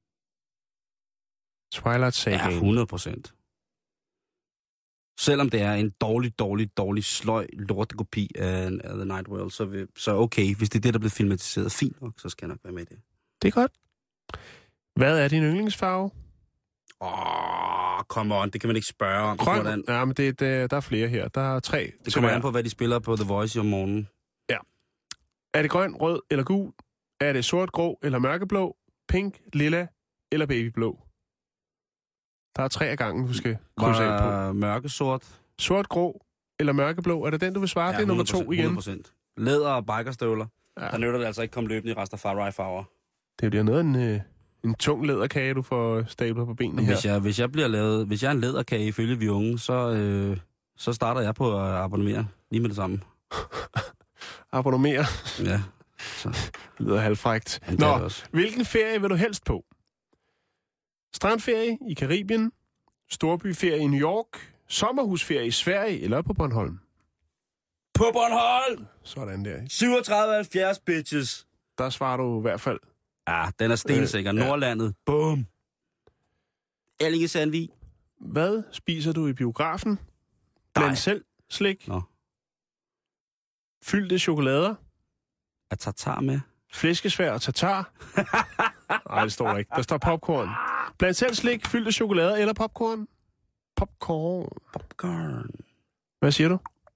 Twilight Saga. Ja, hundrede procent. Selvom det er en dårlig, dårlig, dårlig, sløj, lortekopi af, af The Night World, så, vil, så okay, hvis det er det, der bliver filmatiseret fint nok, så skal jeg nok være med i det. Det er godt. Hvad er din yndlingsfarve? Åh, oh, come on, det kan man ikke spørge om. Grøn? Hvordan... Ja, men det, det, der er flere her. Der er tre. Det kommer an på, hvad de spiller på The Voice om morgenen. Ja. Er det grøn, rød eller gul? Er det sort, grå eller mørkeblå? Pink, lilla eller babyblå? Der er tre af gangen, du skal krydse af på. Mørkesort. Sort, grå eller mørkeblå? Er det den, du vil svare? Ja, det er nummer to igen. hundrede procent. Læder og bikerstøvler. Ja. Der nytter det altså ikke komme løbende i Rastafari-farver. Det bliver noget af en, øh, en tung læderkage, du får stablet på benene her. Hvis jeg, hvis jeg bliver lavet, hvis jeg er en læderkage ifølge vi unge, så, øh, så starter jeg på at abonnere lige med det samme. Abonnere? Ja. Så. Det lyder halvfrækt. Jamen, Nå, hvilken ferie vil du helst på? Strandferie i Karibien, storbyferie i New York, sommerhusferie i Sverige eller på Bornholm? På Bornholm! Sådan der. syvogtredive halvfjerds bitches. Der svarer du i hvert fald. Ja, den er stensikker. Øh, ja. Nordlandet. Bum. Ellinge Sandvig. Hvad spiser du i biografen? Bland selv slik. Nå. Fyldte chokolader. Er tartar med? Flæskesvær og tartar. Nej, det står der ikke. Der står popcorn. Bland selv slik, fyldte chokolader eller popcorn? Popcorn. Popcorn. Hvad siger du?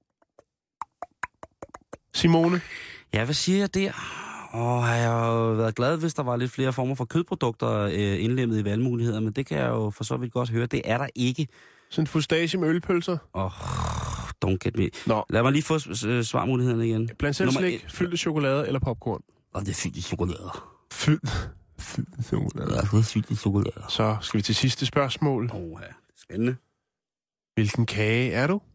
Simone? Ja, hvad siger jeg der? Åh, jeg har jo været glad, hvis der var lidt flere former for kødprodukter øh, indlemmet i valgmuligheder, men det kan jeg jo for så vidt godt høre. Det er der ikke. Sådan en fustache med ølpølser? Åh, oh, don't get me. Nå. Lad mig lige få øh, svarmulighederne igen. Blandt selv slik, fyldte chokolader eller popcorn? Og det er fyldte chokolader. Fyldt. Fyldte chokolader. Ja, det er fyldte chokolader. Så skal vi til sidste spørgsmål. Åh, ja. Spændende. Hvilken kage er du?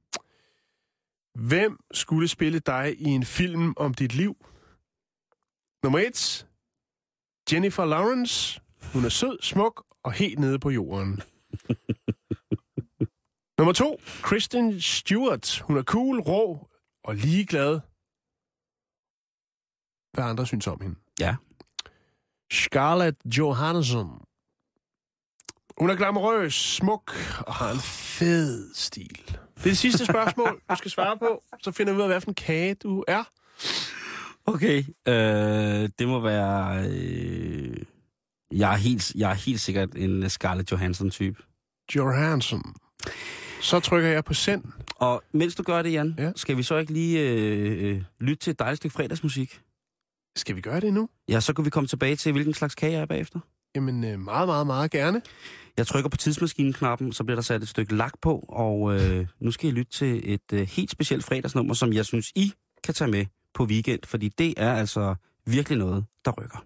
Hvem skulle spille dig i en film om dit liv? Nummer et. Jennifer Lawrence. Hun er sød, smuk og helt nede på jorden. Nummer to. Kristen Stewart. Hun er cool, rå og ligeglad. Hvad andre synes om hende? Ja. Scarlett Johansson. Hun er glamourøs, smuk og har en fed stil. Det er det sidste spørgsmål, du skal svare på. Så finder vi ud af, hvad for en kage du er. Okay, øh, det må være... Øh, jeg, er helt, jeg er helt sikkert en Scarlett Johansson-type. Johansson. Så trykker jeg på send. Og mens du gør det, Jan, ja. skal vi så ikke lige øh, lytte til et dejligt stykke fredagsmusik? Skal vi gøre det nu? Ja, så kan vi komme tilbage til, hvilken slags kage jeg er bagefter. Jamen, øh, meget, meget, meget gerne. Jeg trykker på tidsmaskinen-knappen, så bliver der sat et stykke lak på, og øh, nu skal I lytte til et øh, helt specielt fredagsnummer, som jeg synes, I kan tage med på weekend, fordi det er altså virkelig noget, der rykker.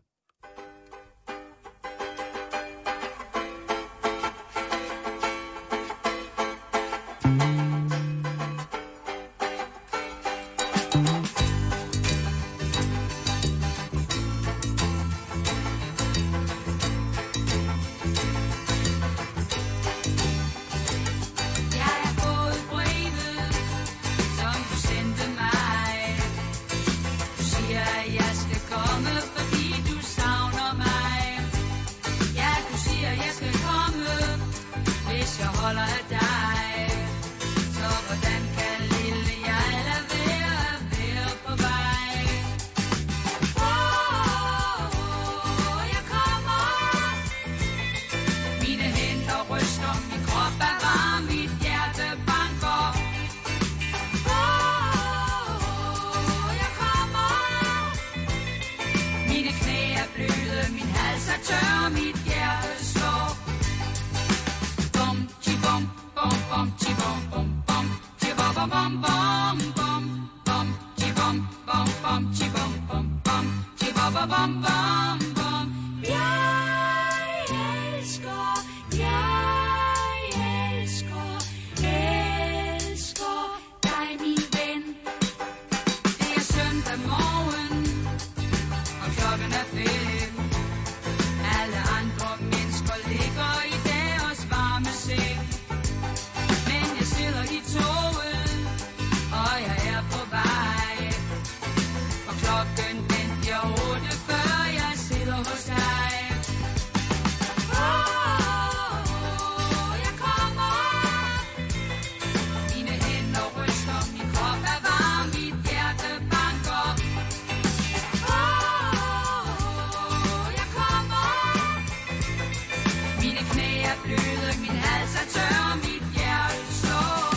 bløder, min hals er tør, mit hjerte slår.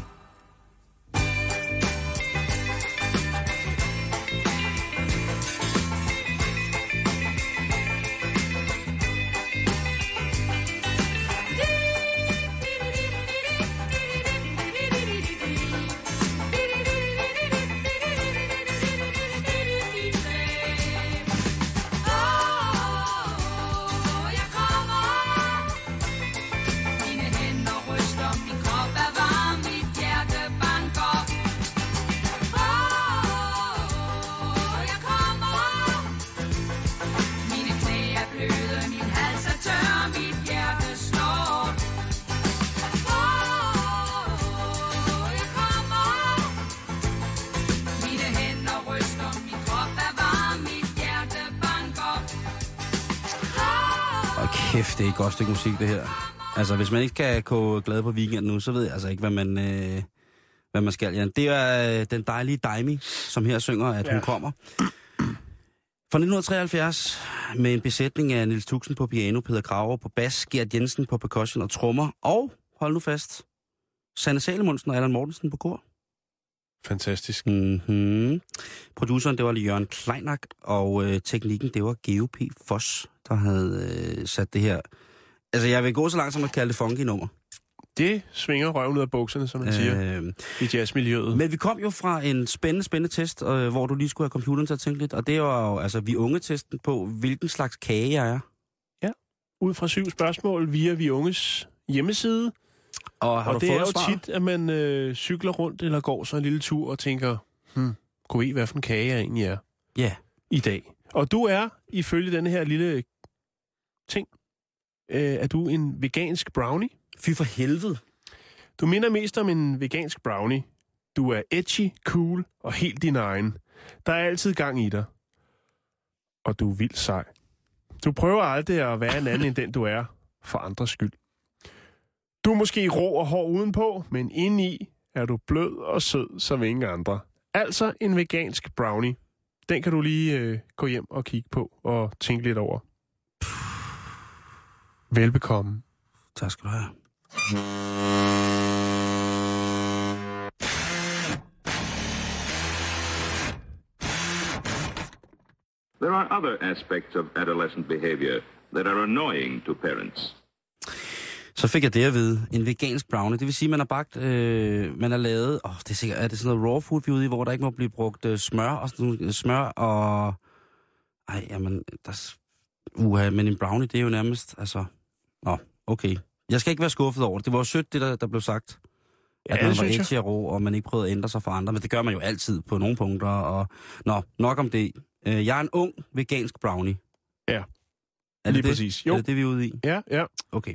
Kæft, det er et godt stykke musik, det her. Altså, hvis man ikke kan gå glad på weekenden nu, så ved jeg altså ikke, hvad man, øh, hvad man skal. Ja, det er øh, den dejlige Daimi, som her synger, at ja. hun kommer. Fra nitten treoghalvfjerds med en besætning af Niels Tuxen på piano, Peter Graver på bas, Gert Jensen på percussion og trommer, og, hold nu fast, Sanne Salomonsen og Allan Mortensen på kor. Fantastisk. Mm-hmm. Produceren, det var Jørgen Kleinak, og øh, teknikken, det var Geo P. Foss, der havde øh, sat det her. Altså, jeg vil gå så langt som at kalde det funky nummer. Det svinger røven ud af bukserne, som man øh, siger, i jazzmiljøet. Men vi kom jo fra en spændende, spændende test, øh, hvor du lige skulle have computeren til at tænke lidt, og det var jo, altså, vi unge-testen på, hvilken slags kage jeg er. Ja, ud fra syv spørgsmål via vi unges hjemmeside. Og, har og du det fået er jo svar? tit, at man øh, cykler rundt eller går så en lille tur og tænker, hmm, kunne I, hvad for en kage jeg egentlig er ja. i dag? Og du er, ifølge denne her lille ting, øh, er du en vegansk brownie? Fy for helvede. Du minder mest om en vegansk brownie. Du er edgy, cool og helt din egen. Der er altid gang i dig. Og du er vildt sej. Du prøver aldrig at være en anden end den, du er, for andres skyld. Du er måske rå og hård udenpå, men indeni er du blød og sød som ingen andre. Altså en vegansk brownie. Den kan du lige øh, gå hjem og kigge på og tænke lidt over. Velbekomme. Tak skal du have. There are other aspects of adolescent behavior that are annoying to parents. Så fik jeg det at vide. En vegansk brownie. Det vil sige, at man har bagt, øh, man har lavet, åh, det er sikkert, er det sådan noget raw food, vi er ude i, hvor der ikke må blive brugt øh, smør og sådan smør og, ej, jamen, der, uha, men en brownie, det er jo nærmest, altså, nå, okay. Jeg skal ikke være skuffet over det. Det var jo sødt, det der, der blev sagt. At ja, man var edgy og rå, og man ikke prøvede at ændre sig for andre, men det gør man jo altid på nogle punkter, og nå, nok om det. Øh, jeg er en ung vegansk brownie. Ja, er det lige det? præcis. Jo. Er det det, vi er ude i? Ja, ja. Okay.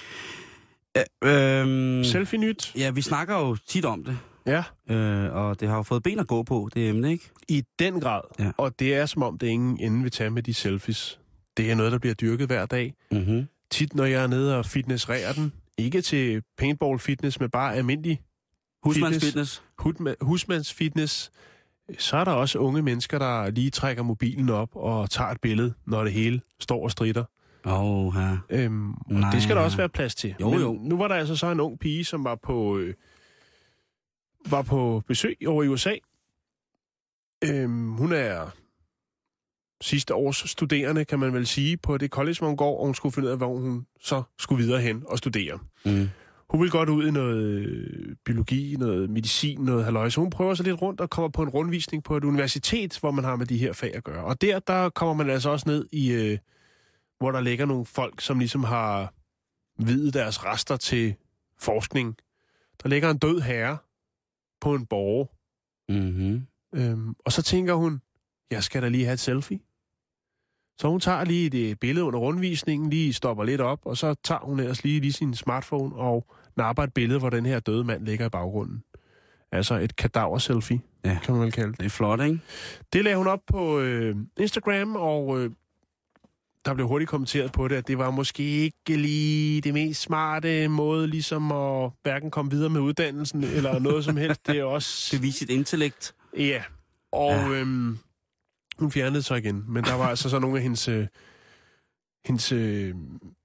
Ja, øhm, Selfie nyt. Ja, vi snakker jo tit om det. Ja. Øh, og det har jo fået ben at gå på, det emne, ikke? I den grad. Ja. Og det er som om, det ingen ende vil tage med de selfies. Det er noget, der bliver dyrket hver dag. Mm-hmm. Tit, når jeg er nede og fitnessrerer den, ikke til paintball fitness, men bare almindelig husmands fitness. Husmands, husmands fitness. Så er der også unge mennesker, der lige trækker mobilen op og tager et billede, når det hele står og stritter. Åh, her. Øhm, og Nej, det skal der også være plads til. Jo, Men jo. nu var der altså så en ung pige, som var på, øh, var på besøg over i U S A. Øhm, hun er sidste års studerende, kan man vel sige, på det college, hvor hun går, og hun skulle finde ud af, hvor hun så skulle videre hen og studere. Mm. Hun vil godt ud i noget biologi, noget medicin, noget halløj, så hun prøver sig lidt rundt og kommer på en rundvisning på et universitet, hvor man har med de her fag at gøre. Og der, der kommer man altså også ned i, øh, hvor der ligger nogle folk, som ligesom har videt deres rester til forskning. Der ligger en død herre på en borg. Mm-hmm. Øhm, og så tænker hun, jeg skal da lige have et selfie. Så hun tager lige et billede under rundvisningen, lige stopper lidt op, og så tager hun ellers lige, lige sin smartphone og napper et billede, hvor den her døde mand ligger i baggrunden. Altså et kadaver-selfie, ja, kan man vel kalde det. Det er flot, ikke? Det lagde hun op på øh, Instagram, og øh, der blev hurtigt kommenteret på det, at det var måske ikke lige det mest smarte måde, ligesom at hverken komme videre med uddannelsen, eller noget som helst. Det er også... Bevise sit intellekt. Ja, og... Ja. Øhm, Hun fjernede sig igen, men der var altså så nogle af hendes, øh, hendes øh,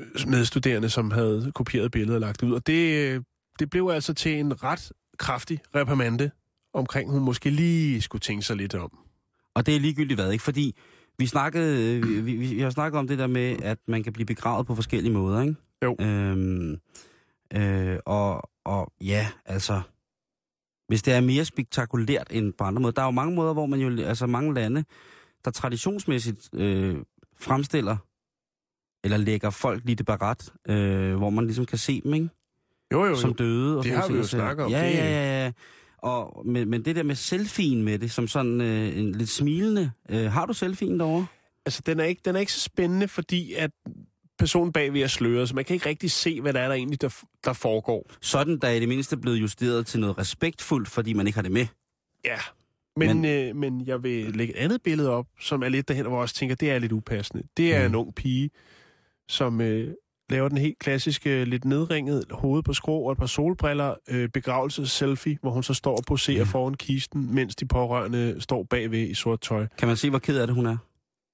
medstuderende, som havde kopieret billedet og lagt det ud. Og det, det blev altså til en ret kraftig reprimande omkring, hun måske lige skulle tænke sig lidt om. Og det er ligegyldigt hvad, ikke? Fordi vi snakkede, vi, vi, vi har snakket om det der med, at man kan blive begravet på forskellige måder, ikke? Jo. Øhm, øh, og, og ja, altså, hvis det er mere spektakulært end på andre måder. Der er jo mange måder, hvor man jo, altså mange lande, der traditionsmæssigt øh, fremstiller, eller lægger folk lidt i barat, øh, hvor man ligesom kan se dem, ikke? Jo, jo, jo. Som døde. Og det har vi jo snakket om. Ja, ja, ja, ja. Og, men, men det der med selfien med det, som sådan øh, en lidt smilende. Øh, har du selfien derovre? Altså, den er, ikke, den er ikke så spændende, fordi at personen bagved er sløret, så man kan ikke rigtig se, hvad der er der egentlig, der, der foregår. Sådan, der er i det mindste blevet justeret til noget respektfuldt, fordi man ikke har det med. Ja, men, men, øh, men jeg vil lægge et andet billede op, som er lidt derhen, hvor jeg også tænker, det er lidt upassende. Det er mm. en ung pige, som øh, laver den helt klassiske, lidt nedringet hoved på skrå og et par solbriller, øh, begravelses-selfie, hvor hun så står og poserer ja. foran kisten, mens de pårørende står bagved i sort tøj. Kan man se, hvor ked af det hun er?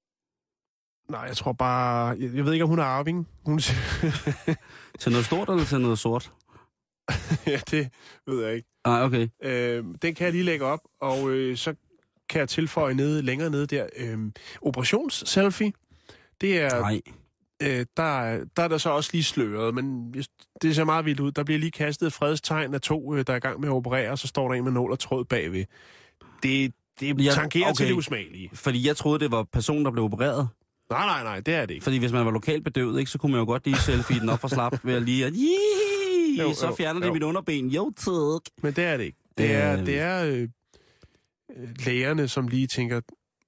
Nej, jeg tror bare... Jeg, jeg ved ikke, om hun er arving. Hun... til noget stort eller til noget sort? Ja, det ved jeg ikke. Nej, okay. Øh, den kan jeg lige lægge op, og øh, så kan jeg tilføje nede, længere nede der. Øh, Operations-selfie, det er... Nej. Øh, der, der er der så også lige sløret, men det ser meget vildt ud. Der bliver lige kastet et fredstegn af to, øh, der er i gang med at operere, og så står der en med nål og tråd bagved. Det, det ja, tangerer okay. til det usmagelige. Fordi jeg troede, det var personen, der blev opereret. Nej, nej, nej, det er det ikke. Fordi hvis man var lokalt bedøvet, ikke, så kunne man jo godt lige selfie den op og slappe ved at lige... At, jo, så fjerner det mit underben. Jo, tak. Men det er det ikke. Det er, øh... det er øh, lægerne, som lige tænker,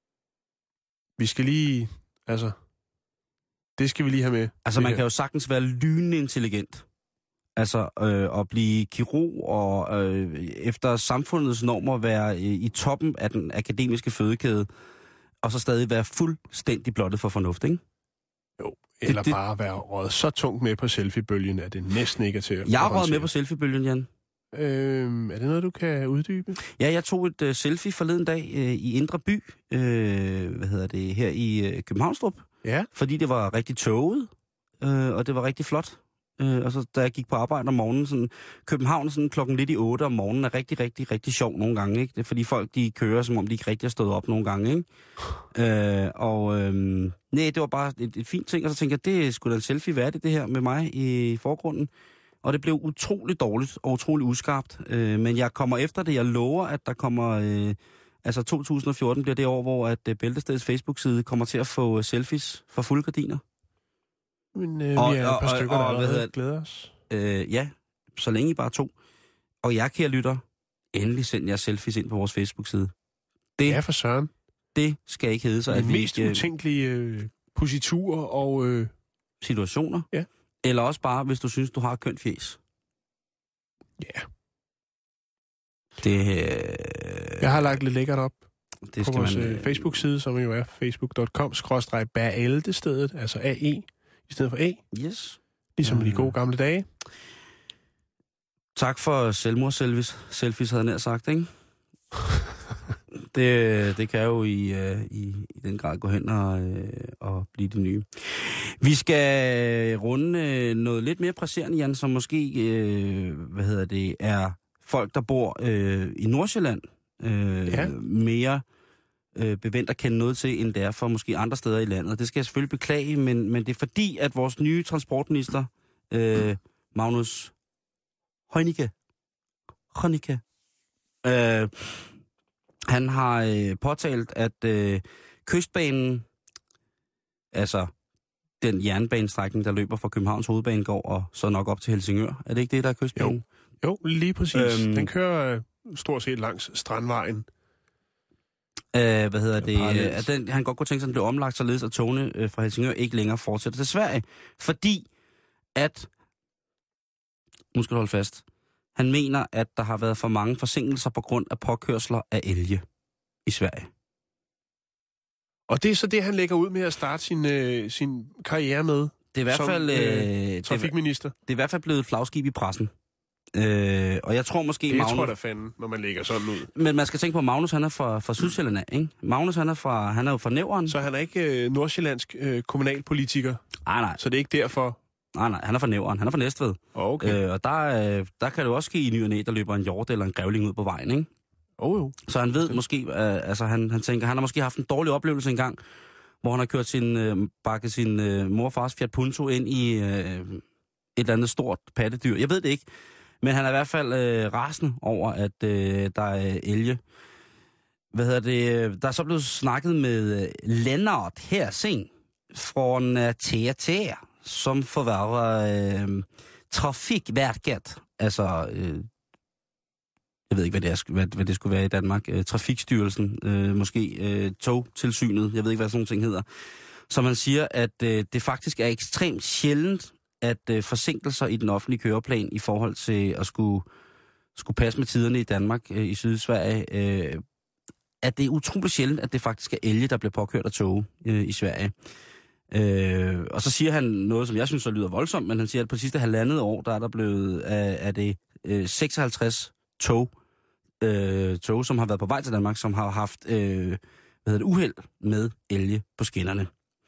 vi skal lige... Altså... Det skal vi lige have med. Altså, man kan jo sagtens være lynende intelligent. Altså, øh, at blive kirurg og øh, efter samfundets normer være øh, i toppen af den akademiske fødekæde, og så stadig være fuldstændig blottet for fornuft, ikke? Jo, eller det, bare være røget så tungt med på selfiebølgen, at det næsten ikke er til at Jeg har røget med på selfiebølgen, Jan. Øhm, er det noget, du kan uddybe? Ja, jeg tog et uh, selfie forleden dag uh, i Indre By, uh, hvad hedder det, her i uh, Københavnstrup. Ja. Fordi det var rigtig tåget, øh, og det var rigtig flot. Øh, og så da jeg gik på arbejde om morgenen, sådan, København sådan klokken lidt i otte om morgenen er rigtig, rigtig, rigtig sjov nogle gange, ikke? Det er fordi folk, de kører, som om de ikke rigtig har stået op nogle gange, ikke? Øh, og øh, nej, det var bare et, et fint ting, og så tænkte jeg, det skulle da en selfie værdigt, det her med mig i forgrunden. Og det blev utroligt dårligt og utroligt uskarpt. Øh, men jeg kommer efter det, jeg lover, at der kommer... Øh, Altså to tusind og fjorten bliver det år, hvor at uh, Bæltestedets Facebook-side kommer til at få uh, selfies for fulde gardiner. Men øh, og, vi er et par og, stykker, og, og, der allerede glæder os. Øh, ja, så længe I bare to. Og jeg, kære lytter, endelig send jer selfies ind på vores Facebook-side. Det, ja, for søren. Det skal ikke hedde sig, at vi mest ikke... utænkelige øh, positurer og... Øh... situationer. Ja. Eller også bare, hvis du synes, du har et kønt fjes. Ja. Det, øh, jeg har lagt lidt lækkert op det på vores man, øh, Facebook-side, som jo er facebook punktum com skråstreg bærelde-stedet, altså A E i stedet for A. Yes. Ligesom mm. i de gode gamle dage. Tak for selvmordsselfies, selfies havde jeg nær sagt, ikke? det, det kan jo i, uh, i, i den grad gå hen og, uh, og blive det nye. Vi skal runde uh, noget lidt mere presserende, Jan, som måske, uh, hvad hedder det, er folk, der bor øh, i Nordsjælland, øh, ja. mere øh, bevendt at kende noget til, end det er for måske andre steder i landet. Det skal jeg selvfølgelig beklage, men, men det er fordi, at vores nye transportminister, øh, Magnus Heunicke, Heunicke øh, han har øh, påtalt, at øh, Kystbanen, altså den jernbanestrækning, der løber fra Københavns Hovedbanegård og så nok op til Helsingør. Er det ikke det, der er Kystbanen? Jo. Jo, lige præcis. Øhm, den kører øh, stort set langs Strandvejen. Øh, hvad hedder det? At den, han godt kunne tænke sig, at den blev omlagt, således at togene øh, fra Helsingør ikke længere fortsætter til Sverige. Fordi at, nu skal du holde fast, han mener, at der har været for mange forsinkelser på grund af påkørsler af elge i Sverige. Og det er så det, han lægger ud med at starte sin, øh, sin karriere med. Det er i hvert som, fald øh, trafikminister. Det er, det er i hvert fald blevet et flagskib i pressen. Øh, og jeg tror måske... Det Magnus, tror jeg da fanden, når man lægger sådan ud. Men man skal tænke på, at Magnus han er fra, fra Sydsjælland af, ikke? Magnus han er, fra, han er jo fra Nævren. Så han er ikke øh, nordsjællandsk øh, kommunalpolitiker? Nej, nej. Så det er ikke derfor, Nej, nej, han er fra Nævren. Han er fra Næstved. Okay. Øh, og der, øh, der kan det jo også ske i ny og næ, der løber en hjort eller en grævling ud på vejen, ikke? Oh, jo. Så han ved måske, øh, altså han, han tænker, han har måske haft en dårlig oplevelse engang, hvor han har kørt sin, øh, bakket sin øh, mor og fars Fiat Punto ind i øh, et eller andet stort pattedyr. Jeg ved det ikke, men han er i hvert fald øh, rasende over, at øh, der er elge. Hvad hedder det? Der er så blevet snakket med Lennart Hersing fra T A T, som forværrer øh, Trafikverket. Altså, øh, jeg ved ikke, hvad det, er, hvad, hvad det skulle være i Danmark. Øh, Trafikstyrelsen, øh, måske øh, togtilsynet, jeg ved ikke, hvad sådan nogle ting hedder. Så man siger, at øh, det faktisk er ekstremt sjældent, at øh, forsinkelser i den offentlige køreplan i forhold til at skulle, skulle passe med tiderne i Danmark, øh, i Sydsverige, øh, at det er utroligt sjældent, at det faktisk er elge, der bliver påkørt af tog øh, i Sverige. Øh, og så siger han noget, som jeg synes, så lyder voldsomt, men han siger, at på sidste halvandet år, der er der blevet af, af det øh, seksoghalvtreds tog, øh, tog, som har været på vej til Danmark, som har haft øh, hvad hedder det, uheld med elge på skinnerne.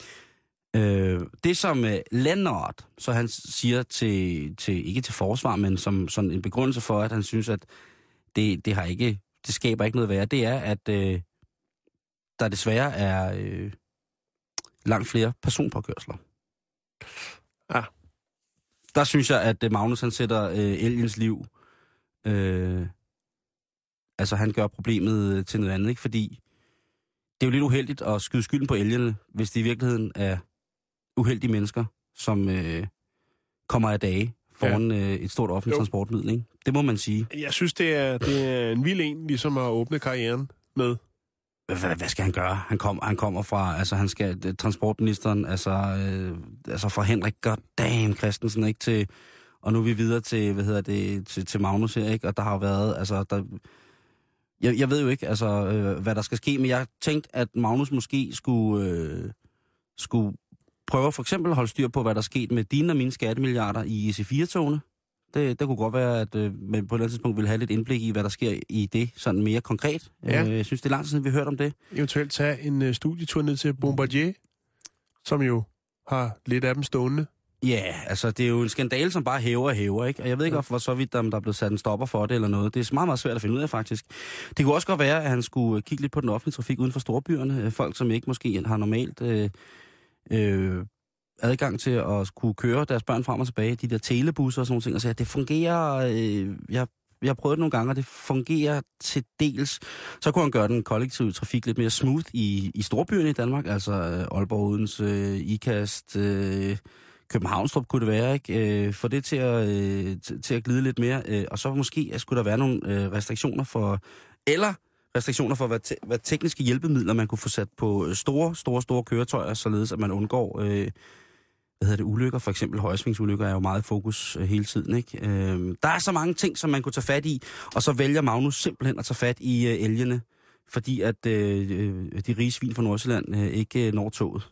Øh, det som øh, Lennart, så han siger til, til, ikke til forsvar, men som sådan en begrundelse for, at han synes, at det, det har ikke, det skaber ikke noget værre, det er, at øh, der desværre er øh, langt flere personpåkørsler. Ja. Der synes jeg, at Magnus han sætter øh, elgens liv, øh, altså han gør problemet til noget andet, ikke? Fordi det er jo lidt uheldigt at skyde skylden på elgene, hvis det i virkeligheden er uheldige mennesker, som øh, kommer af dage foran ja. øh, et stort offentligt transportmiddel, ikke? Det må man sige. Jeg synes, det er, det er en vild en, ligesom at åbne karrieren med. Hvad, hvad skal han gøre? Han, kom, han kommer fra, altså han skal, transportministeren, altså, øh, altså fra Henrik Goddamn Christensen, ikke, til, og nu er vi videre til, hvad hedder det, til, til Magnus her, ikke, og der har jo været, altså, der, jeg, jeg ved jo ikke, altså, øh, hvad der skal ske, men jeg tænkte, at Magnus måske skulle, øh, skulle prøve for eksempel at holde styr på, hvad der er sket med dine og mine skattemilliarder i E C fire-togene. Det, det kunne godt være, at øh, man på et eller andet tidspunkt ville have lidt indblik i, hvad der sker i det, sådan mere konkret. Ja. Øh, jeg synes, det er lang tid siden, vi har hørt om det. Eventuelt tage en uh, studietur ned til Bombardier, som jo har lidt af dem stående. Ja, yeah, altså det er jo en skandale, som bare hæver og hæver, ikke? Og jeg ved ikke, ja. hvor så vidt der er blevet sat en stopper for det eller noget. Det er meget, meget svært at finde ud af, faktisk. Det kunne også godt være, at han skulle kigge lidt på den offentlige trafik uden for storbyerne. Folk, som ikke måske har normalt øh, øh, adgang til at kunne køre deres børn frem og tilbage, de der telebusser og sådan nogle ting, og så det fungerer, øh, jeg, jeg har prøvet det nogle gange, og det fungerer til dels. Så kunne han gøre den kollektive trafik lidt mere smooth i, i storbyerne i Danmark, altså øh, Aalborg, Odense, øh, Ikast, øh, Københavnstrup kunne det være, ikke? Øh, få det til at, øh, til, til at glide lidt mere, øh, og så måske skulle der være nogle øh, restriktioner for, eller restriktioner for, hvad, te, hvad tekniske hjælpemidler man kunne få sat på store, store, store køretøjer, således at man undgår øh, hvad hedder det, ulykker. For eksempel højsvingsulykker er jo meget i fokus øh, hele tiden, ikke? Øh, der er så mange ting, som man kunne tage fat i, og så vælger Magnus simpelthen at tage fat i øh, elgene, fordi at øh, de rige svin fra Nordsjælland øh, ikke øh, når toget.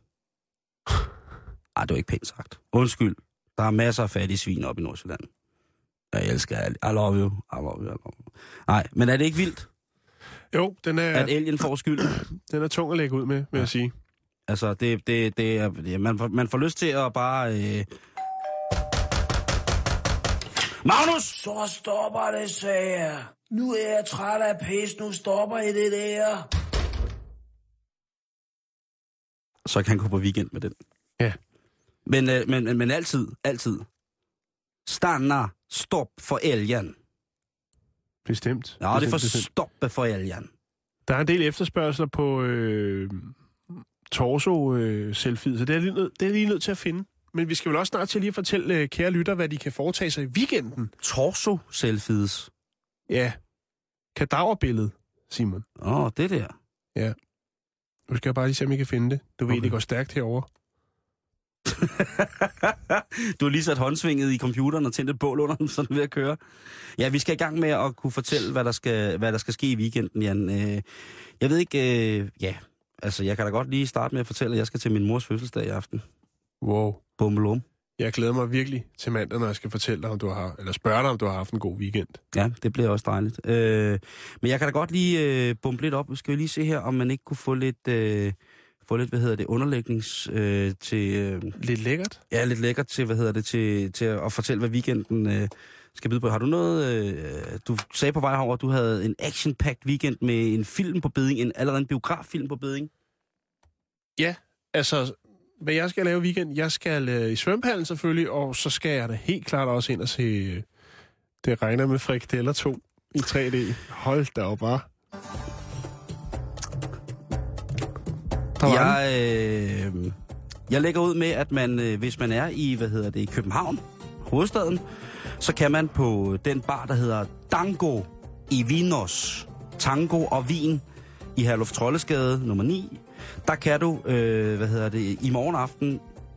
Ej, det var ikke pænt sagt. Undskyld. Der er masser af fattige svin op i Nordsjælland. Jeg elsker alt. I love you. I love you. I love you. Nej, men er det ikke vildt? Jo, den er... At elgen får skyld? Den er tung at lægge ud med, vil ja. jeg sige. Altså, det, det, det er... Ja, man, man får lyst til at bare... Øh... Magnus! Så stopper det, sagde jeg. Nu er jeg træt af pis. Nu stopper I det der. Så kan han gå på weekend med den. Ja. Men, øh, men, men, men altid, altid. Stanna, stop for elgen. Bestemt. Ja, det er for bestemt. stoppe for elgen. Der er en del efterspørgsler på øh, torso-selfie, øh, så det er, lige nød, det er lige nødt til at finde. Men vi skal vel også snart til lige at fortælle øh, kære lytter, hvad de kan foretage sig i weekenden. Torso-selfies? Ja. Kadaverbillede, Simon. Åh, oh, det der. Ja. Nu skal jeg bare lige se, om I kan finde det. Du ved, okay. Det går stærkt herovre. Du har lige sat håndsvinget i computeren og tændt et bål under den, så den er ved at køre. Ja, vi skal i gang med at kunne fortælle, hvad der skal, hvad der skal ske i weekenden, Jan. Jeg ved ikke... Øh, ja, altså jeg kan da godt lige starte med at fortælle, at jeg skal til min mors fødselsdag i aften. Wow. Bummelum. Jeg glæder mig virkelig til mandag, når jeg skal fortælle dig, om du har, eller spørge dig, om du har haft en god weekend. Ja, det bliver også dejligt. Øh, men jeg kan da godt lige øh, bumpe lidt op. Vi skal jo lige se her, om man ikke kunne få lidt... Øh, få lidt, hvad hedder det, underlægnings øh, til... Øh, lidt lækkert? Ja, lidt lækkert til, hvad hedder det, til, til at fortælle, hvad weekenden øh, skal byde på. Har du noget... Øh, du sagde på vej herover, at du havde en action-packed weekend med en film på bedding, en allerede en biograffilm på bedding. Ja, altså, hvad jeg skal lave i weekend, jeg skal øh, i svømmehallen selvfølgelig, og så skal jeg da helt klart også ind og se øh, Det regner med frikadeller to i tre D. Hold da op, bare. Jeg, øh, jeg lægger ud med, at man, øh, hvis man er i, hvad hedder det, i København, hovedstaden, så kan man på den bar, der hedder Tango i Vinos, Tango og Vin i Herluf Trollesgade nummer ni, der kan du, øh, hvad hedder det, i morgen aften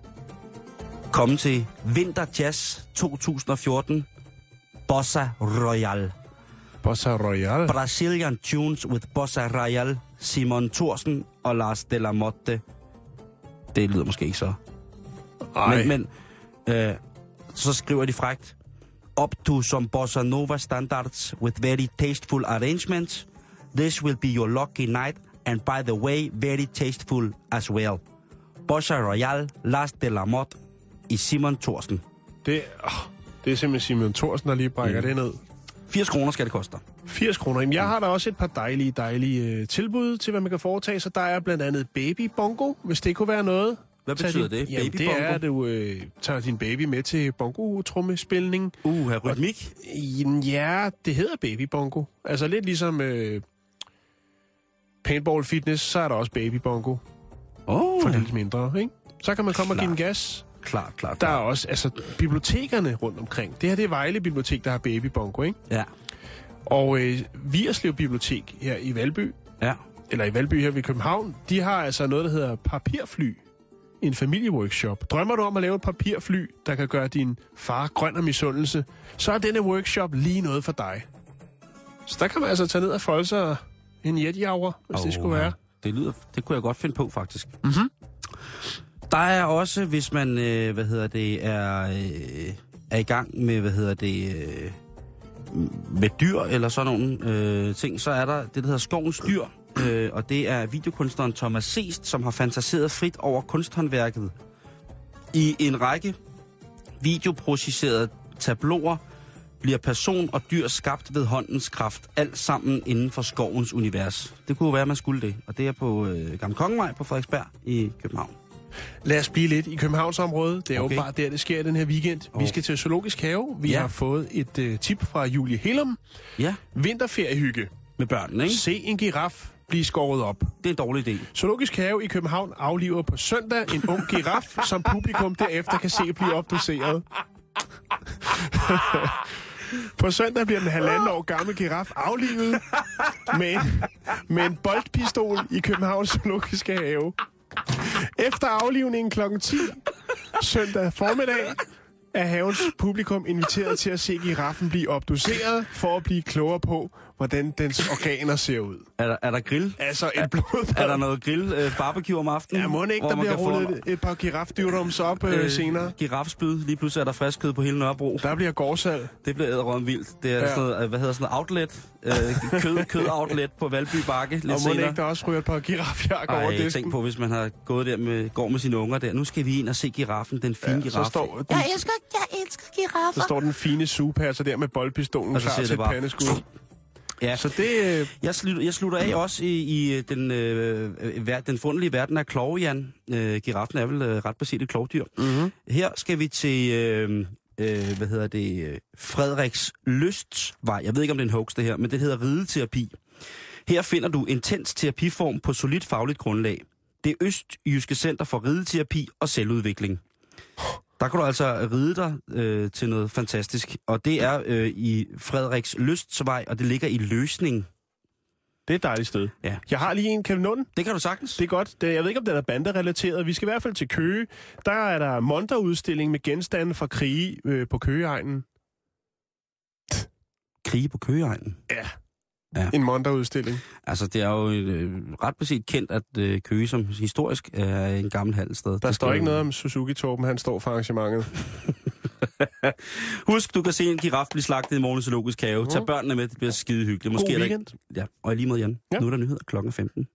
komme til Vinter Jazz to tusind og fjorten, Bossa Royal. Bossa Royal? Brazilian Tunes with Bossa Royal, Simon Thorsen og Lars de la Motte. Det lyder måske ikke så. Ej. Men, men øh, så skriver de frækt, up to some Bossa Nova standards with very tasteful arrangements. This will be your lucky night, and by the way, very tasteful as well. Bossa Royal, Lars de la Motte i Simon Thorsen. Det, oh, det er simpelthen Simon Thorsen, der lige brækker mm. det ned. firs kroner skal det koste. firs kroner. Jamen, jeg har da også et par dejlige, dejlige øh, tilbud til, hvad man kan foretage sig. Der er blandt andet baby bongo, hvis det kunne være noget. Hvad betyder din, det? Jamen, baby det bongo? er, at du øh, tager din baby med til bongo-trommespilning. Uh, her rytmik? Og, ja, det hedder baby bongo. Altså lidt ligesom øh, paintball fitness, så er der også baby bongo. Oh. For lidt mindre, ikke? Så kan man komme Klar. og give en gas. Klart, klart. Der er også, altså, bibliotekerne rundt omkring. Det her, det er Vejle Bibliotek, der har baby bongo, ikke? Ja. Og øh, Vigerslev Bibliotek her i Valby, ja. eller i Valby her ved København, de har altså noget, der hedder papirfly. En familieworkshop. Drømmer du om at lave et papirfly, der kan gøre din far grøn og misundelse, så er denne workshop lige noget for dig. Så der kan man altså tage ned og folde sig en jetjager, hvis oh, det skulle være. Det lyder, det kunne jeg godt finde på, faktisk. Mm-hmm. Der er også, hvis man, øh, hvad hedder det, er, øh, er i gang med, hvad hedder det, øh, med dyr eller sådan nogle øh, ting, så er der det, der hedder Skovens Dyr, øh, og det er videokunstneren Thomas Seest, som har fantaseret frit over kunsthåndværket i en række videoprocesserede tabloer, bliver person og dyr skabt ved håndens kraft, alt sammen inden for skovens univers. Det kunne jo være, at man skulle det, og det er på øh, Gamle Kongevej på Frederiksberg i København. Lad os blive lidt i Københavnsområdet. Det er okay. jo bare der, det sker den her weekend. Oh. Vi skal til Zoologisk Have. Vi ja. har fået et uh, tip fra Julie Hillum. Ja. Vinterferiehygge. Med børnene, ikke? Se en giraf blive skåret op. Det er en dårlig idé. Zoologisk Have i København afliver på søndag en ung giraf, som publikum derefter kan se blive opdoseret. På søndag bliver den halvanden år gamle giraf aflivet med en, med en boldpistol i Københavns Zoologiske Have. Efter aflivningen klokken ti søndag formiddag er havens publikum inviteret til at se giraffen blive obduceret for at blive klogere på, hvordan dens organer ser ud. Er der, er der grill? Altså et blodbad. Er der noget grill øh, barbecue om aftenen? Ja, må ikke, der bliver rullet et, et par girafdyrdoms op øh, senere. Girafspyd. Lige pludselig er der frisk kød på hele Nørrebro. Der bliver gårdsal. Det bliver æderrøven vildt. Det er ja. sådan noget, hvad hedder sådan noget outlet. Øh, kød, kød-outlet på Valby Bakke. Lidt og må senere. ikke der også ryger et par girafjakker over disken? Tænk på, hvis man har gået der med, går med sine unger der. Nu skal vi ind og se giraffen, den fine ja, giraf. Står den, jeg elsker, jeg elsker giraffer. Så står den fine supasser der med boldpistolen klar til et pandeskud. Ja, så det... Øh... Jeg, slutter, jeg slutter af også i, i den, øh, den forunderlige verden af klovjan. Øh, giraffen er vel øh, ret beset et klovdyr. Mm-hmm. Her skal vi til, øh, øh, hvad hedder det, Frederiks Lystvej. Jeg ved ikke, om det er en hoax, det her, men det hedder rideterapi. Her finder du intens terapiform på solidt fagligt grundlag. Det Østjyske Center for Rideterapi og Selvudvikling. Der kan du altså ride dig øh, til noget fantastisk. Og det er øh, i Frederiks Lystvej, og det ligger i Løsning. Det er et dejligt sted. Ja. Jeg har lige en, kan du nå den? Det kan du sagtens. Det er godt. Det, jeg ved ikke, om den er banderelateret. Vi skal i hvert fald til Køge. Der er der monterudstilling med genstande fra krige øh, på Køgeegnen. Krige på Køgeegnen? Ja. Ja. En monterudstilling. Altså, det er jo øh, ret beset kendt, at øh, Køge som historisk er en gammel handelssted. Der står ikke noget om Suzuki-Torben, han står for arrangementet. Husk, du kan se en giraf blive slagtet i morgen i Zoologisk Have. Tag børnene med, det bliver skide hyggeligt. Måske God weekend. Der... Ja, og i lige måde, Jan. Ja. Nu er der nyheder klokken femten.